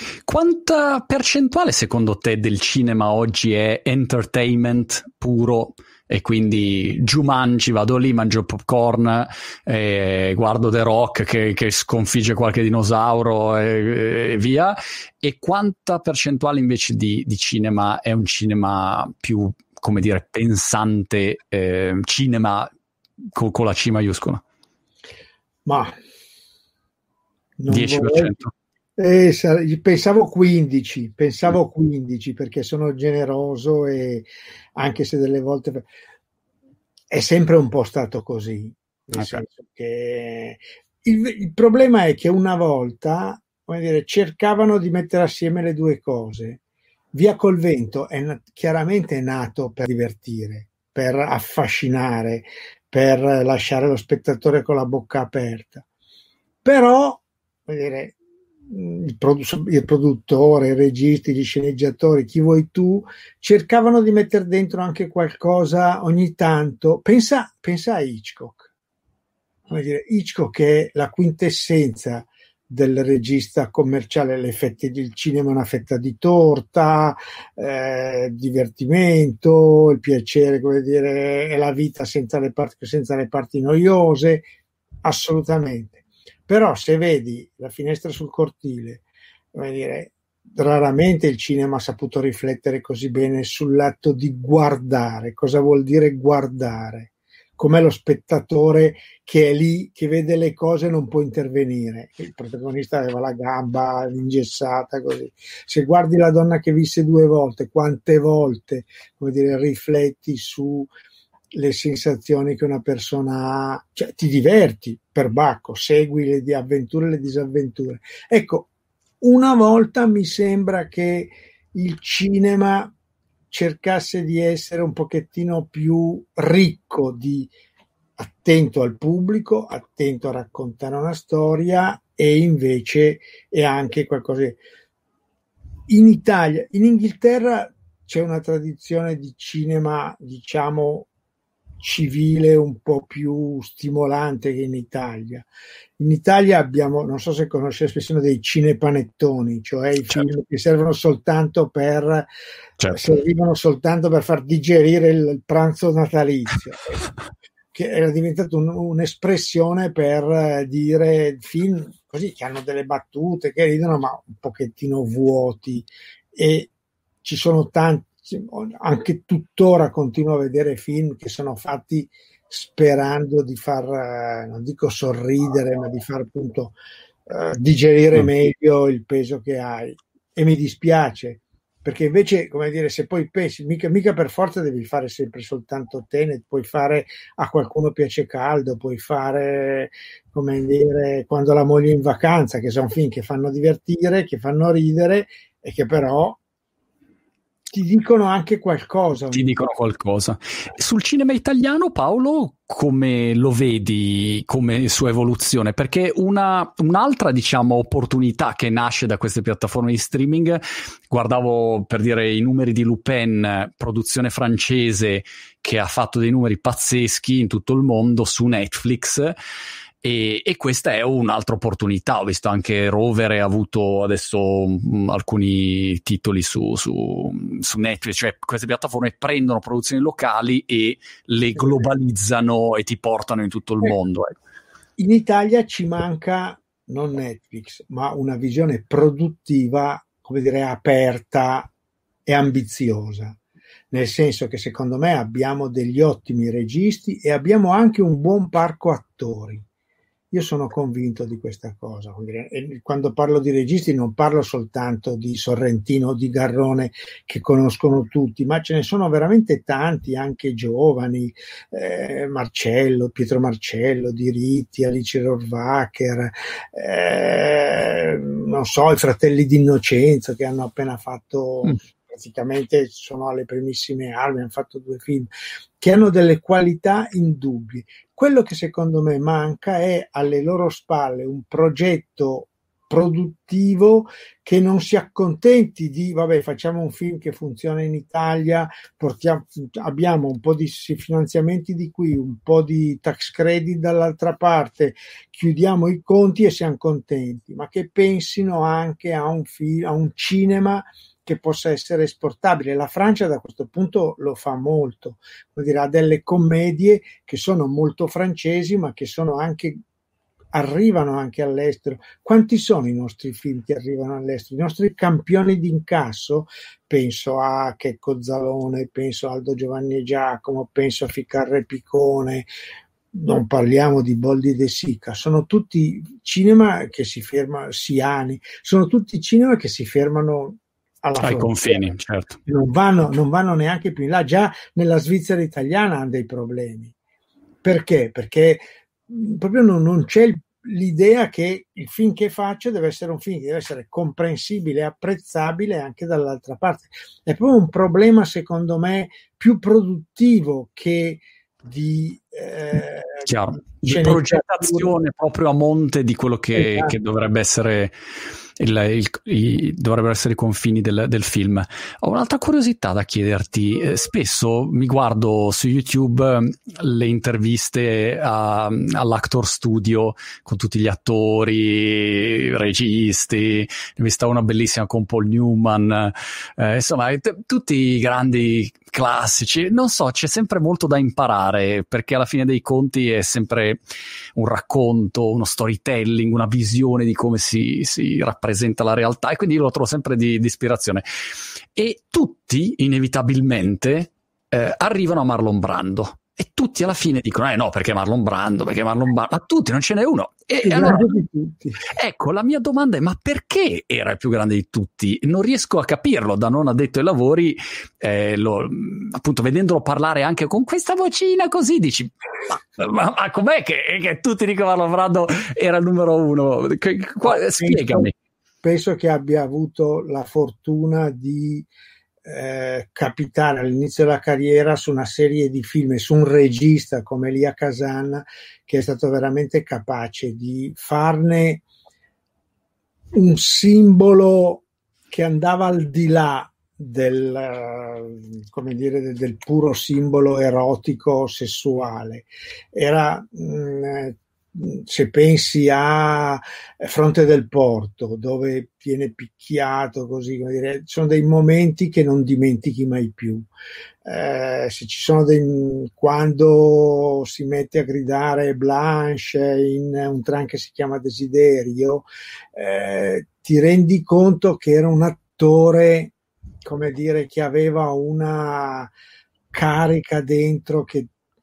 Quanta percentuale secondo te del cinema oggi è entertainment puro e quindi Jumanji, vado lì, mangio popcorn, eh, guardo The Rock che, che sconfigge qualche dinosauro e, e via, e quanta percentuale invece di, di cinema è un cinema più, come dire, pensante, eh, cinema con, con la C maiuscola? Ma dieci per cento. Eh, pensavo quindici, pensavo quindici perché sono generoso e anche se delle volte è sempre un po' stato così, nel okay. senso che il, il problema è che una volta, come dire, cercavano di mettere assieme le due cose. Via col vento è chiaramente nato per divertire, per affascinare, per lasciare lo spettatore con la bocca aperta, però come dire, il, produ- il produttore, i registi, gli sceneggiatori, chi vuoi tu, cercavano di mettere dentro anche qualcosa ogni tanto. Pensa, pensa a Hitchcock. Come dire, Hitchcock è la quintessenza del regista commerciale, le fette del cinema, una fetta di torta, eh, divertimento, il piacere, come dire, è la vita senza le parti, senza le parti noiose, assolutamente. Però se vedi La finestra sul cortile, come dire, raramente il cinema ha saputo riflettere così bene sull'atto di guardare. Cosa vuol dire guardare? Com'è lo spettatore che è lì, che vede le cose e non può intervenire. Il protagonista aveva la gamba ingessata, così. Se guardi La donna che visse due volte, quante volte, come dire, rifletti su le sensazioni che una persona ha, cioè ti diverti per bacco, segui le avventure e le disavventure. Ecco, una volta mi sembra che il cinema cercasse di essere un pochettino più ricco, di attento al pubblico, attento a raccontare una storia, e invece è anche qualcosa. In Italia, in Inghilterra c'è una tradizione di cinema, diciamo, civile un po' più stimolante che in Italia. In Italia abbiamo, non so se conosci l'espressione dei cinepanettoni, cioè i certo. film che servono soltanto per certo. servivano soltanto per far digerire il, il pranzo natalizio, che era diventato un, un'espressione per dire film così che hanno delle battute che ridono ma un pochettino vuoti, e ci sono tanti, anche tuttora continuo a vedere film che sono fatti sperando di far, non dico sorridere, ma di far appunto uh, digerire mm. meglio il peso che hai, e mi dispiace, perché invece, come dire, se poi pensi, mica, mica per forza devi fare sempre soltanto Tenet, puoi fare A qualcuno piace caldo, puoi fare, come dire, Quando la moglie è in vacanza, che sono film che fanno divertire, che fanno ridere e che però ti dicono anche qualcosa. Ti dicono qualcosa. Sul cinema italiano, Paolo, come lo vedi come sua evoluzione? Perché una, un'altra, diciamo, opportunità che nasce da queste piattaforme di streaming, guardavo per dire i numeri di Lupin, produzione francese che ha fatto dei numeri pazzeschi in tutto il mondo su Netflix. E, e questa è un'altra opportunità. Ho visto anche Rovere ha avuto adesso um, alcuni titoli su, su, su Netflix, cioè queste piattaforme prendono produzioni locali e le globalizzano e ti portano in tutto il mondo. In Italia ci manca non Netflix, ma una visione produttiva, come dire, aperta e ambiziosa. Nel senso che secondo me abbiamo degli ottimi registi e abbiamo anche un buon parco attori. Io sono convinto di questa cosa. E quando parlo di registi non parlo soltanto di Sorrentino o di Garrone, che conoscono tutti, ma ce ne sono veramente tanti, anche giovani, eh, Marcello, Pietro Marcello, Di Ritti, Alice Rohrwacher, eh, non so, i fratelli d'Innocenzo che hanno appena fatto... Mm. Praticamente sono alle primissime armi, hanno fatto due film che hanno delle qualità indubbie. Quello che secondo me manca è alle loro spalle un progetto produttivo che non si accontenti di vabbè, facciamo un film che funziona in Italia, portiamo, abbiamo un po' di finanziamenti di qui, un po' di tax credit dall'altra parte, chiudiamo i conti e siamo contenti, ma che pensino anche a un film, a un cinema che possa essere esportabile. La Francia da questo punto lo fa molto, vuol dire, ha delle commedie che sono molto francesi ma che sono anche arrivano anche all'estero. Quanti sono i nostri film che arrivano all'estero? I nostri campioni d'incasso, penso a Checco Zalone, penso a Aldo Giovanni e Giacomo, penso a Ficarra e Picone, non parliamo di Boldi De Sica, sono tutti cinema che si fermano, Siani, sono tutti cinema che si fermano alla ai confini, certo. Non vanno, non vanno neanche più in là. Già nella Svizzera italiana hanno dei problemi. Perché? Perché proprio non, non c'è l'idea che il film che faccio deve essere un film che deve essere comprensibile e apprezzabile anche dall'altra parte. È proprio un problema, secondo me, più produttivo che di, eh, Chiaro, di progettazione proprio a monte di quello che, esatto. che dovrebbe essere il, il, i, dovrebbero essere i confini del, del film. Ho un'altra curiosità da chiederti. Eh, spesso mi guardo su YouTube le interviste a, all'Actor Studio con tutti gli attori, registi. Ne ho vista una bellissima con Paul Newman, eh, insomma t- tutti i grandi classici. Non so, c'è sempre molto da imparare, perché alla fine dei conti è sempre un racconto, uno storytelling, una visione di come si, si rappresenta la realtà, e quindi io lo trovo sempre di, di ispirazione. E tutti inevitabilmente eh, arrivano a Marlon Brando, e tutti alla fine dicono eh no, perché Marlon Brando, perché Marlon Brando, ma tutti, non ce n'è uno. E più allora, grande di tutti. Ecco, la mia domanda è: ma perché era il più grande di tutti? Non riesco a capirlo, da non addetto ai lavori, eh, lo, appunto vedendolo parlare anche con questa vocina così, dici ma, ma, ma com'è che, che tutti dicono Marlon Brando era il numero uno? Qua, spiegami. Penso, penso che abbia avuto la fortuna di Eh, capitare all'inizio della carriera su una serie di film e su un regista come Elia Kazan, che è stato veramente capace di farne un simbolo che andava al di là del, come dire, del, del puro simbolo erotico sessuale. Era, mh, se pensi a Fronte del Porto, dove viene picchiato così, come dire, sono dei momenti che non dimentichi mai più. Eh, se ci sono dei, quando si mette a gridare Blanche in un tram che si chiama Desiderio, eh, ti rendi conto che era un attore, come dire, che aveva una carica dentro che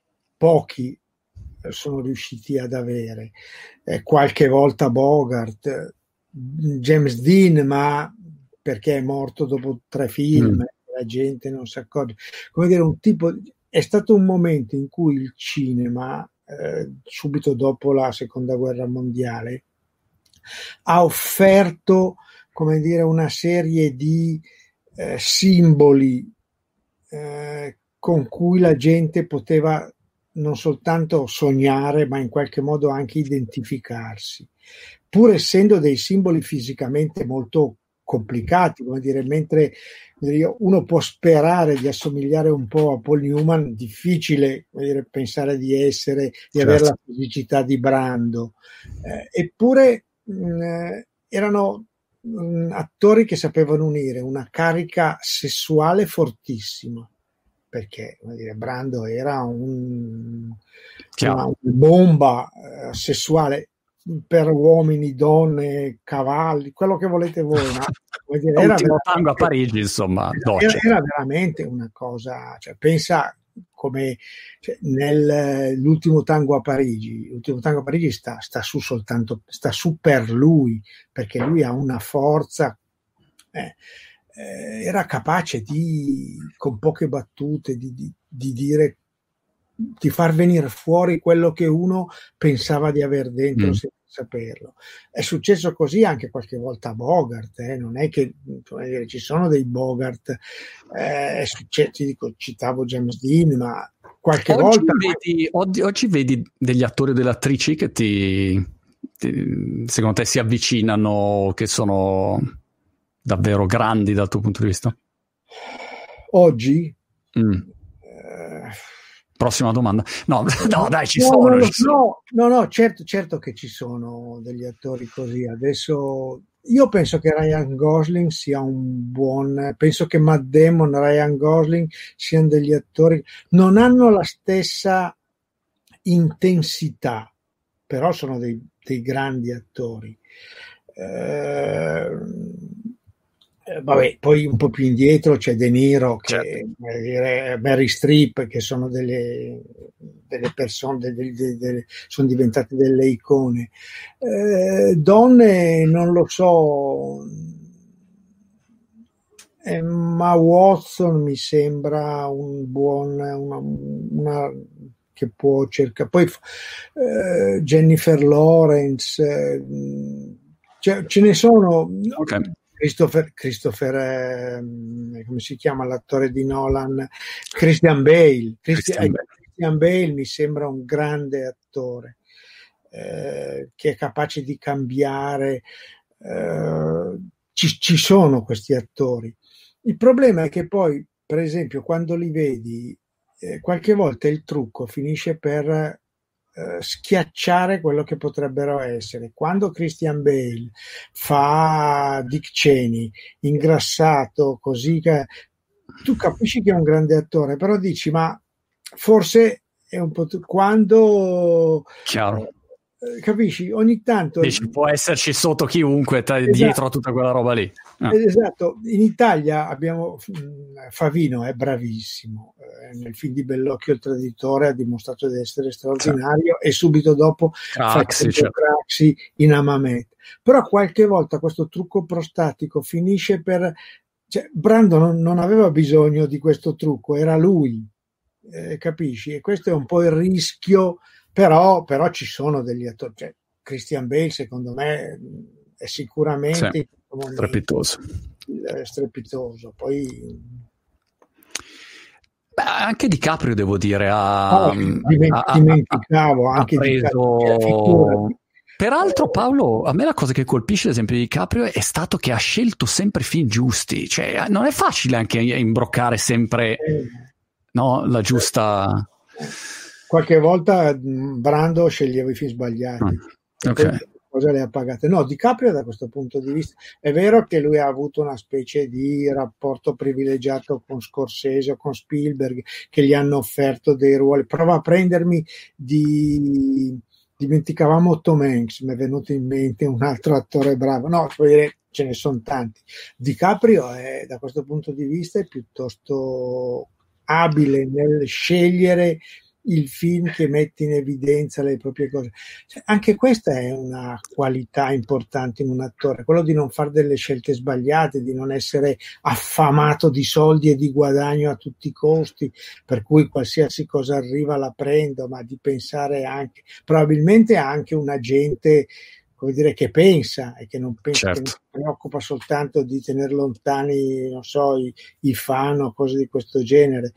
pochi sono riusciti ad avere. Eh, qualche volta Bogart, James Dean, ma perché è morto dopo tre film, mm. la gente non si accorge. Come dire, un tipo, è stato un momento in cui il cinema, eh, subito dopo la seconda guerra mondiale, ha offerto, come dire, una serie di eh, simboli eh, con cui la gente poteva non soltanto sognare, ma in qualche modo anche identificarsi, pur essendo dei simboli fisicamente molto complicati, come dire, mentre uno può sperare di assomigliare un po' a Paul Newman, difficile, come dire, pensare di essere, di certo. avere la fisicità di Brando, eh, eppure mh, erano mh, attori che sapevano unire una carica sessuale fortissima, perché, come dire, Brando era un, una, una bomba eh, sessuale per uomini, donne, cavalli, quello che volete voi, ma come dire, era tango a Parigi, insomma, era, era veramente una cosa, cioè, pensa come cioè, nell'ultimo tango a Parigi, l'ultimo tango a Parigi sta, sta su soltanto, sta su per lui, perché lui ha una forza, eh, eh, era capace di, con poche battute, di, di, di dire, di far venire fuori quello che uno pensava di aver dentro mm. senza saperlo. È successo così anche qualche volta a Bogart, eh? Non è che dire, ci sono dei Bogart, eh, è successo, dico, citavo James Dean, ma qualche oggi volta vedi, oggi, oggi vedi degli attori e delle attrici che ti, ti secondo te si avvicinano, che sono davvero grandi dal tuo punto di vista? Oggi? Mm. Prossima domanda. No, no, dai, ci no, sono. No, ci sono. no, no, certo, certo che ci sono degli attori così. Adesso io penso che Ryan Gosling sia un buon, penso che Matt Damon, Ryan Gosling siano degli attori, non hanno la stessa intensità, però sono dei, dei grandi attori. Eh, Eh, vabbè, poi un po' più indietro c'è De Niro, che, certo. dire, Mary Streep, che sono delle, delle persone, delle, delle, delle, sono diventate delle icone. Eh, donne, non lo so, Emma Watson mi sembra un buon, una, una che può cercare. Poi eh, Jennifer Lawrence, eh, cioè, ce ne sono. Ok. Christopher, Christopher eh, come si chiama l'attore di Nolan? Christian Bale. Christian, Christian, Bale. Christian Bale mi sembra un grande attore eh, che è capace di cambiare. Eh, ci, ci sono questi attori. Il problema è che poi, per esempio, quando li vedi, eh, qualche volta il trucco finisce per Uh, schiacciare quello che potrebbero essere. Quando Christian Bale fa Dick Cheney ingrassato così, che tu capisci che è un grande attore, però dici ma forse è un po' tu... quando chiaro uh, capisci, ogni tanto dici, può esserci sotto chiunque t- esatto. dietro a tutta quella roba lì. Ah. Esatto, in Italia abbiamo Favino, è bravissimo, eh, nel film di Bellocchio il traditore ha dimostrato di essere straordinario, sì. E subito dopo Craxi, fa Craxi in Amamet, però qualche volta questo trucco prostatico finisce per, cioè, Brando non, non aveva bisogno di questo trucco, era lui, eh, capisci? E questo è un po' il rischio, però, però ci sono degli attori, cioè, Christian Bale secondo me è sicuramente sì. strepitoso strepitoso poi beh, anche DiCaprio devo dire ha, oh, dimenticavo ha, anche ha preso DiCaprio, Peraltro, Paolo, a me la cosa che colpisce, ad esempio, di DiCaprio è stato che ha scelto sempre film giusti. Cioè, non è facile anche imbroccare sempre, no, la giusta... Qualche volta Brando sceglieva i film sbagliati. Mm. Ok. Cosa le ha pagate? No, DiCaprio da questo punto di vista è vero che lui ha avuto una specie di rapporto privilegiato con Scorsese o con Spielberg, che gli hanno offerto dei ruoli. Prova a prendermi di... dimenticavamo Tom Hanks, mi è venuto in mente un altro attore bravo. No, ce ne sono tanti. DiCaprio è, da questo punto di vista, è piuttosto abile nel scegliere il film che mette in evidenza le proprie cose. Cioè, anche questa è una qualità importante in un attore, quello di non fare delle scelte sbagliate, di non essere affamato di soldi e di guadagno a tutti i costi, per cui qualsiasi cosa arriva la prendo, ma di pensare anche, probabilmente anche un agente, come dire, che pensa e che non pensa, certo, che non si preoccupa soltanto di tenere lontani, non so, i, i fan o cose di questo genere.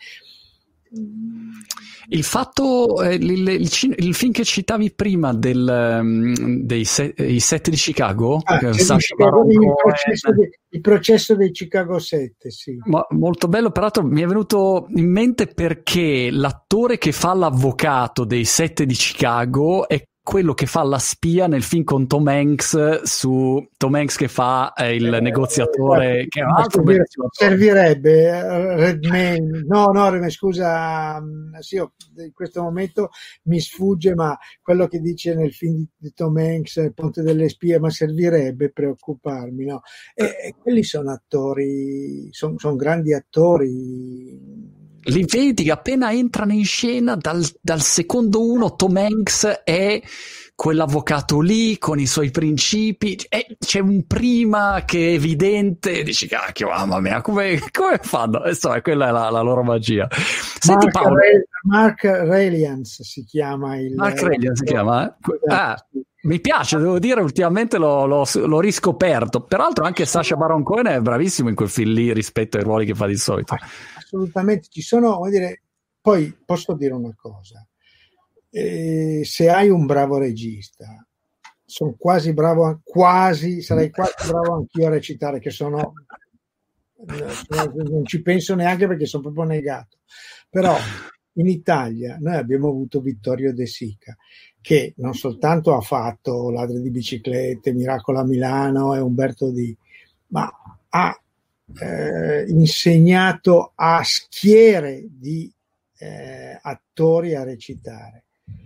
Il fatto, eh, il, il, il film che citavi prima del, um, dei se, i sette di Chicago, ah, che Chicago il, processo de, il processo dei Chicago sette, sì. Ma, molto bello, peraltro mi è venuto in mente perché l'attore che fa l'avvocato dei sette di Chicago è quello che fa la spia nel film con Tom Hanks, su Tom Hanks che fa eh, il eh, negoziatore, eh, che è un altro bellissimo. Servirebbe Redmayne, no no Redmayne, scusa, sì, io in questo momento mi sfugge, ma quello che dice nel film di, di Tom Hanks, Ponte delle Spie, ma servirebbe preoccuparmi, no? E, e quelli sono attori, sono son grandi attori. Li vedi che appena entrano in scena, dal, dal secondo uno Tom Hanks è quell'avvocato lì con i suoi principi, e c'è un prima che è evidente, dici cacchio, mamma mia, come, come fanno? Insomma, quella è la, la loro magia. Senti, Mark, Paolo, Re- Mark Rylance si chiama il Mark Rylance si chiama? Eh? Ah, mi piace, devo dire, ultimamente l'ho, l'ho, l'ho riscoperto. Peraltro anche Sacha Baron Cohen è bravissimo in quel film lì rispetto ai ruoli che fa di solito. Assolutamente, ci sono, vuol dire, poi posso dire una cosa, eh, se hai un bravo regista, sono quasi bravo, quasi, sarei quasi bravo anch'io a recitare, che sono, non ci penso neanche perché sono proprio negato, però in Italia noi abbiamo avuto Vittorio De Sica, che non soltanto ha fatto Ladri di biciclette, Miracolo a Milano e Umberto D, ma ha eh, insegnato a schiere di eh, attori a recitare.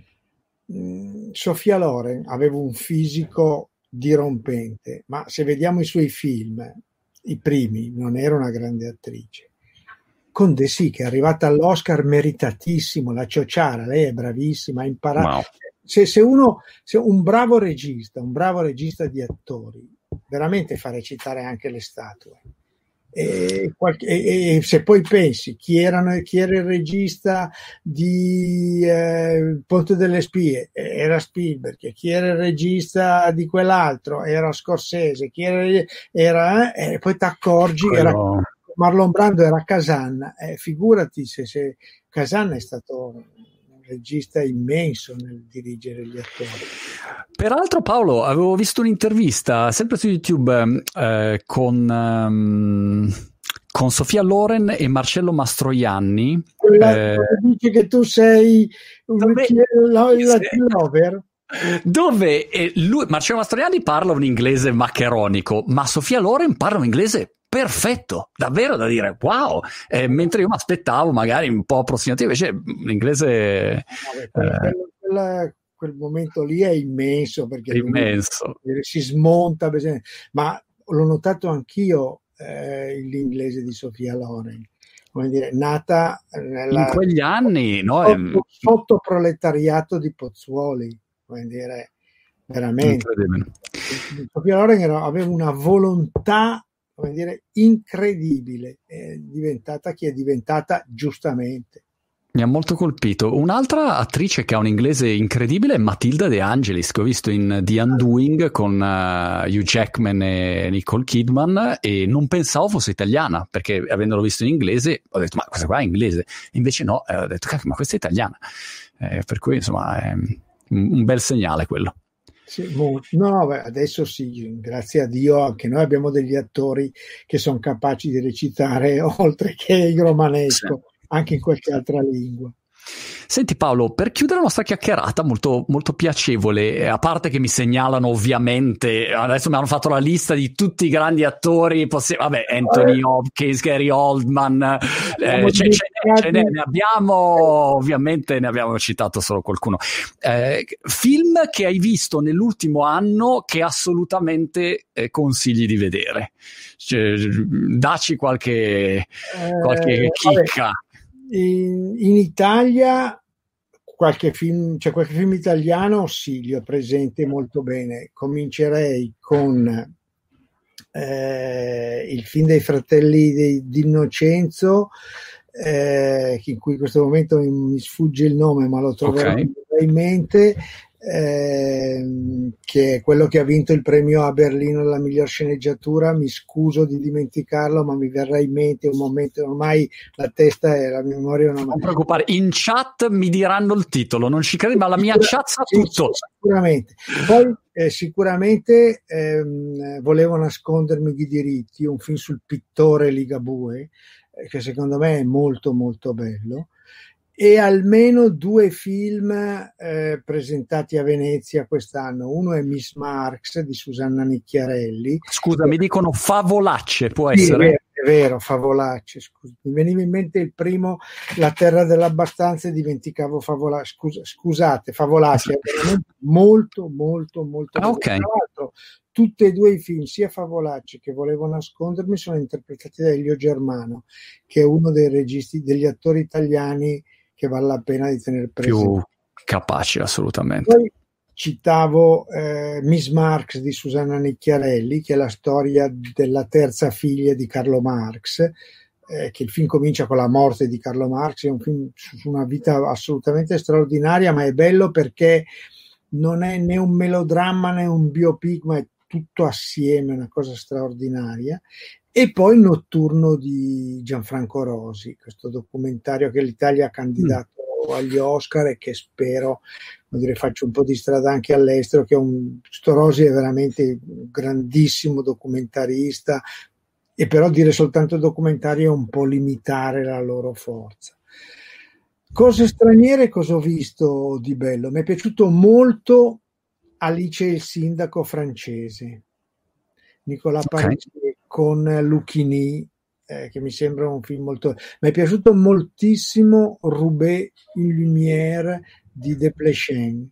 Mm, Sofia Loren aveva un fisico dirompente, ma se vediamo i suoi film, i primi, non era una grande attrice. Con De Sica è arrivata all'Oscar meritatissimo, la Ciociara, lei è bravissima, ha imparato. Wow. Se, se uno, se un bravo regista, un bravo regista di attori, veramente fa recitare anche le statue. E, qualche, e, e se poi pensi chi, erano, chi era il regista di eh, Ponte delle Spie, era Spielberg, chi era il regista di quell'altro era Scorsese, chi era, era eh, e poi ti accorgi Quello... era Marlon Brando, era Kazan, eh, figurati se, se Kazan è stato un regista immenso nel dirigere gli attori. Peraltro, Paolo, avevo visto un'intervista sempre su YouTube eh, con, um, con Sofia Loren e Marcello Mastroianni. Quella, eh, dici che tu sei un Latin lover? Dove eh, lui, Marcello Mastroianni parla un inglese maccheronico, ma Sofia Loren parla un inglese perfetto, davvero da dire wow, eh, mentre io mi aspettavo magari un po' approssimativo, invece l'inglese no, eh, quella, quel momento lì è immenso, perché immenso. Si smonta, ma l'ho notato anch'io eh, l'inglese di Sofia Loren, come dire, nata nella, in quegli anni, no? sotto, sotto proletariato di Pozzuoli, come dire, veramente. Sofia Loren era, aveva una volontà, come dire, incredibile, è diventata chi è diventata giustamente. Mi ha molto colpito. Un'altra attrice che ha un inglese incredibile è Matilda De Angelis, che ho visto in The Undoing con uh, Hugh Jackman e Nicole Kidman, e non pensavo fosse italiana, perché avendolo visto in inglese ho detto ma questa qua è inglese, invece no, eh, ho detto ma questa è italiana, eh, per cui insomma è un bel segnale quello. Sì, mo- no, beh, adesso sì, grazie a Dio anche noi abbiamo degli attori che sono capaci di recitare oltre che il Sì. romanesco, anche in qualche Sì. altra lingua. Senti Paolo, per chiudere la nostra chiacchierata molto, molto piacevole, eh, a parte che mi segnalano ovviamente, adesso mi hanno fatto la lista di tutti i grandi attori, possi- vabbè, Anthony Hopkins, Gary Oldman, Abbiamo eh, ce, ce n'è, ce n'è, dimenticato- ne abbiamo, ovviamente ne abbiamo citato solo qualcuno. Eh, film che hai visto nell'ultimo anno che assolutamente eh, consigli di vedere. Cioè, dacci qualche, qualche eh, vabbè, chicca. in, in Italia qualche film, c'è qualche film italiano, sì, li ho presente molto bene. Comincerei con eh, il film dei fratelli di, di Innocenzo, eh, in cui in questo momento mi, mi sfugge il nome, ma lo troverò Ok. in mente, ehm, che è quello che ha vinto il premio a Berlino alla miglior sceneggiatura. Mi scuso di dimenticarlo, ma mi verrà in mente un momento, ormai la testa e la memoria non. Non preoccupare, in chat mi diranno il titolo, non ci credi, ma la mia Sicura- chat sa sì, tutto. sicuramente. Poi eh, sicuramente ehm, Volevo nascondermi di diritti, un film sul pittore Ligabue, eh, che secondo me è molto molto bello, e almeno due film eh, presentati a Venezia quest'anno. Uno è Miss Marx di Susanna Nicchiarelli. Scusa, mi dicono favolacce, può Sì, è vero, essere? è vero, Favolacci, scusa. Mi veniva in mente il primo, La terra dell'abbastanza, e dimenticavo Favolacci. Scusa, scusate, Favolacci è veramente molto, molto, molto Ah, bello. ok. Tra l'altro, tutti e due i film, sia Favolacci che Volevo nascondermi, sono interpretati da Elio Germano, che è uno dei registi, degli attori italiani che vale la pena di tenere presente. Più capaci, assolutamente. Poi citavo eh, Miss Marx di Susanna Nicchiarelli, che è la storia della terza figlia di Carlo Marx, eh, che il film comincia con la morte di Carlo Marx. È un film su una vita assolutamente straordinaria, ma è bello perché non è né un melodramma né un biopic, ma è tutto assieme, una cosa straordinaria. E poi Notturno di Gianfranco Rosi, questo documentario che l'Italia ha candidato mm. agli Oscar e che spero, come dire, faccio un po' di strada anche all'estero, che è un, sto Rosi è veramente un grandissimo documentarista, e però dire soltanto documentario è un po' limitare la loro forza. Cose straniere, cosa ho visto di bello? Mi è piaciuto molto Alice e il sindaco francese, Nicolas Okay. Parisi con Lucchini, eh, che mi sembra un film molto. Mi è piaciuto moltissimo Roubaix in Lumière di Desplechin.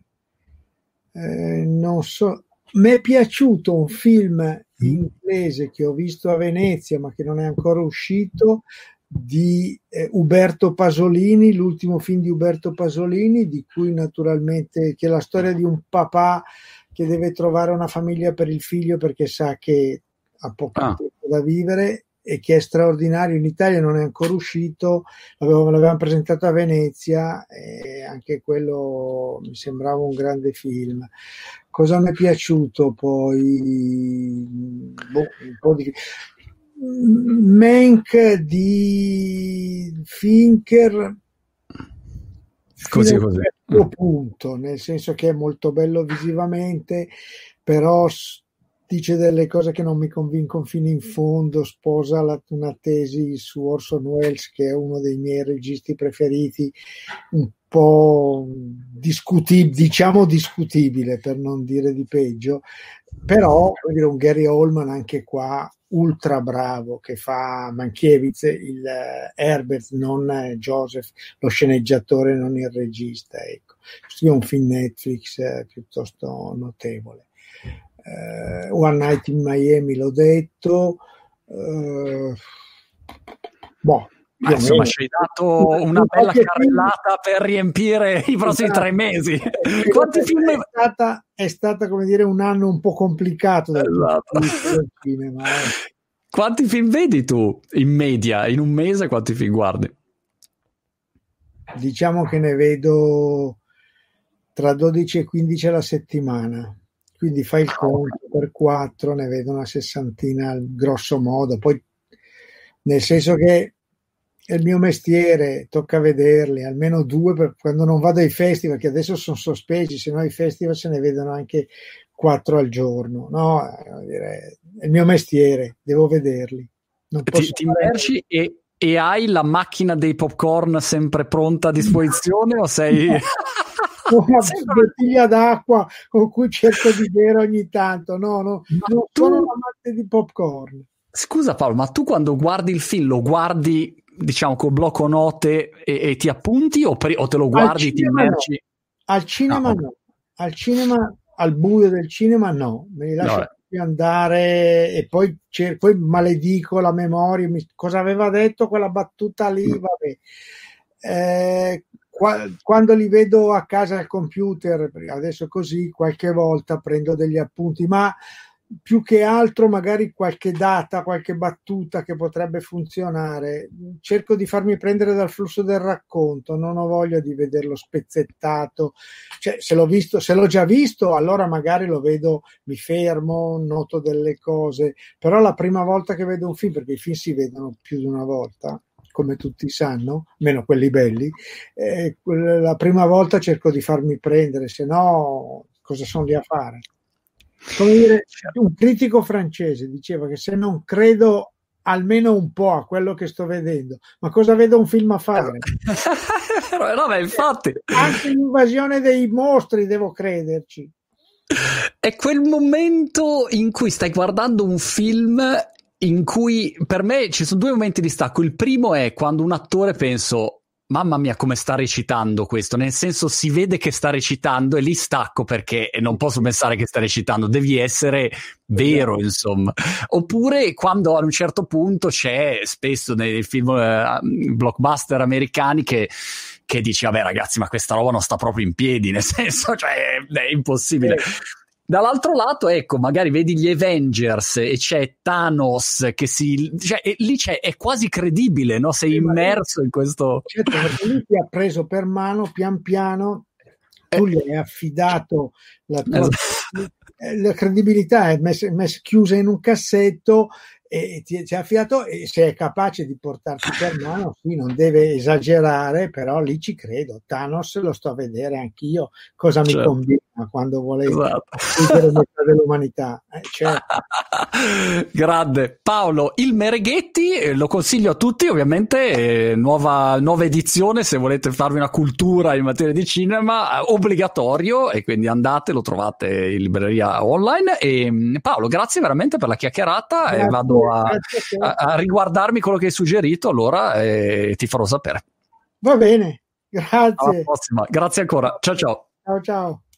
Eh, non so, mi è piaciuto un film inglese che ho visto a Venezia, ma che non è ancora uscito, di eh, Uberto Pasolini, l'ultimo film di Uberto Pasolini, di cui naturalmente, che è la storia di un papà che deve trovare una famiglia per il figlio perché sa che ha poco Ah. tempo da vivere, e che è straordinario. In Italia non è ancora uscito, l'avevamo, l'avevamo presentato a Venezia, e anche quello mi sembrava un grande film. Cosa mi è piaciuto poi? Boh, un po' di Mank di Fincher, Così, fino così. a un certo punto, nel senso che è molto bello visivamente, però dice delle cose che non mi convincono fino in fondo. Sposa la, una tesi su Orson Welles, che è uno dei miei registi preferiti, un po' discutibile, diciamo discutibile, per non dire di peggio, però dire, un Gary Oldman anche qua ultra bravo, che fa Mankiewicz, il uh, Herbert, non uh, Joseph, lo sceneggiatore, non il regista. Ecco, questo è un film Netflix uh, piuttosto notevole. Uh, One Night in Miami, l'ho detto. Uh, boh, Ma insomma, ci hai dato una bella carrellata per riempire i prossimi esatto. tre mesi. Quanti film è stata, è stata, come dire, un anno un po' complicato dal esatto. del cinema. Eh. Quanti film vedi tu in media? In un mese quanti film guardi? Diciamo che ne vedo tra dodici e quindici alla settimana. Quindi fai il conto, per quattro ne vedo una sessantina grosso modo. Poi, nel senso che è il mio mestiere, tocca vederli, almeno due per quando non vado ai festival, che adesso sono sospesi, se no ai festival se ne vedono anche quattro al giorno. No, è il mio mestiere, devo vederli. Non ti, ti immergi e, e hai la macchina dei popcorn sempre pronta a disposizione o sei... una bottiglia d'acqua con cui cerco di bere ogni tanto? No, no, ma non tu... sono un amante di popcorn. Scusa Paolo, ma tu quando guardi il film lo guardi, diciamo, col blocco note e, e ti appunti o, pre- o te lo guardi e ti immergi? No. Al cinema no. no, al cinema, al buio del cinema no, me li lascio no. andare e poi, cer- poi maledico la memoria, mi- cosa aveva detto quella battuta lì, vabbè. Eh, qua- quando li vedo a casa al computer, adesso così, qualche volta prendo degli appunti, ma più che altro magari qualche data, qualche battuta che potrebbe funzionare. Cerco di farmi prendere dal flusso del racconto, non ho voglia di vederlo spezzettato. Cioè, se l'ho visto, se l'ho già visto, allora magari lo vedo, mi fermo, noto delle cose, però la prima volta che vedo un film, perché i film si vedono più di una volta, come tutti sanno, meno quelli belli, eh, la prima volta cerco di farmi prendere, se no cosa sono lì a fare? Come dire, un critico francese diceva che se non credo almeno un po' a quello che sto vedendo, ma cosa vedo un film a fare? No, beh, infatti. Anche l'invasione dei mostri devo crederci. È quel momento in cui stai guardando un film in cui per me ci sono due momenti di stacco. Il primo è quando un attore penso mamma mia come sta recitando questo, nel senso si vede che sta recitando e lì stacco perché non posso pensare che sta recitando, devi essere vero insomma. Oppure quando a un certo punto c'è spesso nei film eh, blockbuster americani che che dici vabbè ragazzi ma questa roba non sta proprio in piedi, nel senso cioè è impossibile. Dall'altro lato, ecco, magari vedi gli Avengers e c'è Thanos che si... Cioè, lì c'è, è quasi credibile, no? Sei immerso in questo... Certo, perché lui ti ha preso per mano, pian piano, tu gli hai affidato la tua... Esatto. La credibilità è messa, messa chiusa in un cassetto e ti, ti ha affidato e se è capace di portarti per mano, sì, non deve esagerare, però lì ci credo. Thanos lo sto a vedere anch'io, cosa certo. mi combina quando vuole esatto. uccidere metà dell'umanità. Eh, certo. Grande. Paolo, il Mereghetti, eh, lo consiglio a tutti, ovviamente, eh, nuova, nuova edizione, se volete farvi una cultura in materia di cinema, eh, obbligatorio, e quindi andate, lo trovate in libreria online. E Paolo, grazie veramente per la chiacchierata, grazie, e vado a, a, a riguardarmi quello che hai suggerito, allora, e ti farò sapere. Va bene, grazie. Alla prossima, grazie ancora, ciao ciao. Ciao ciao.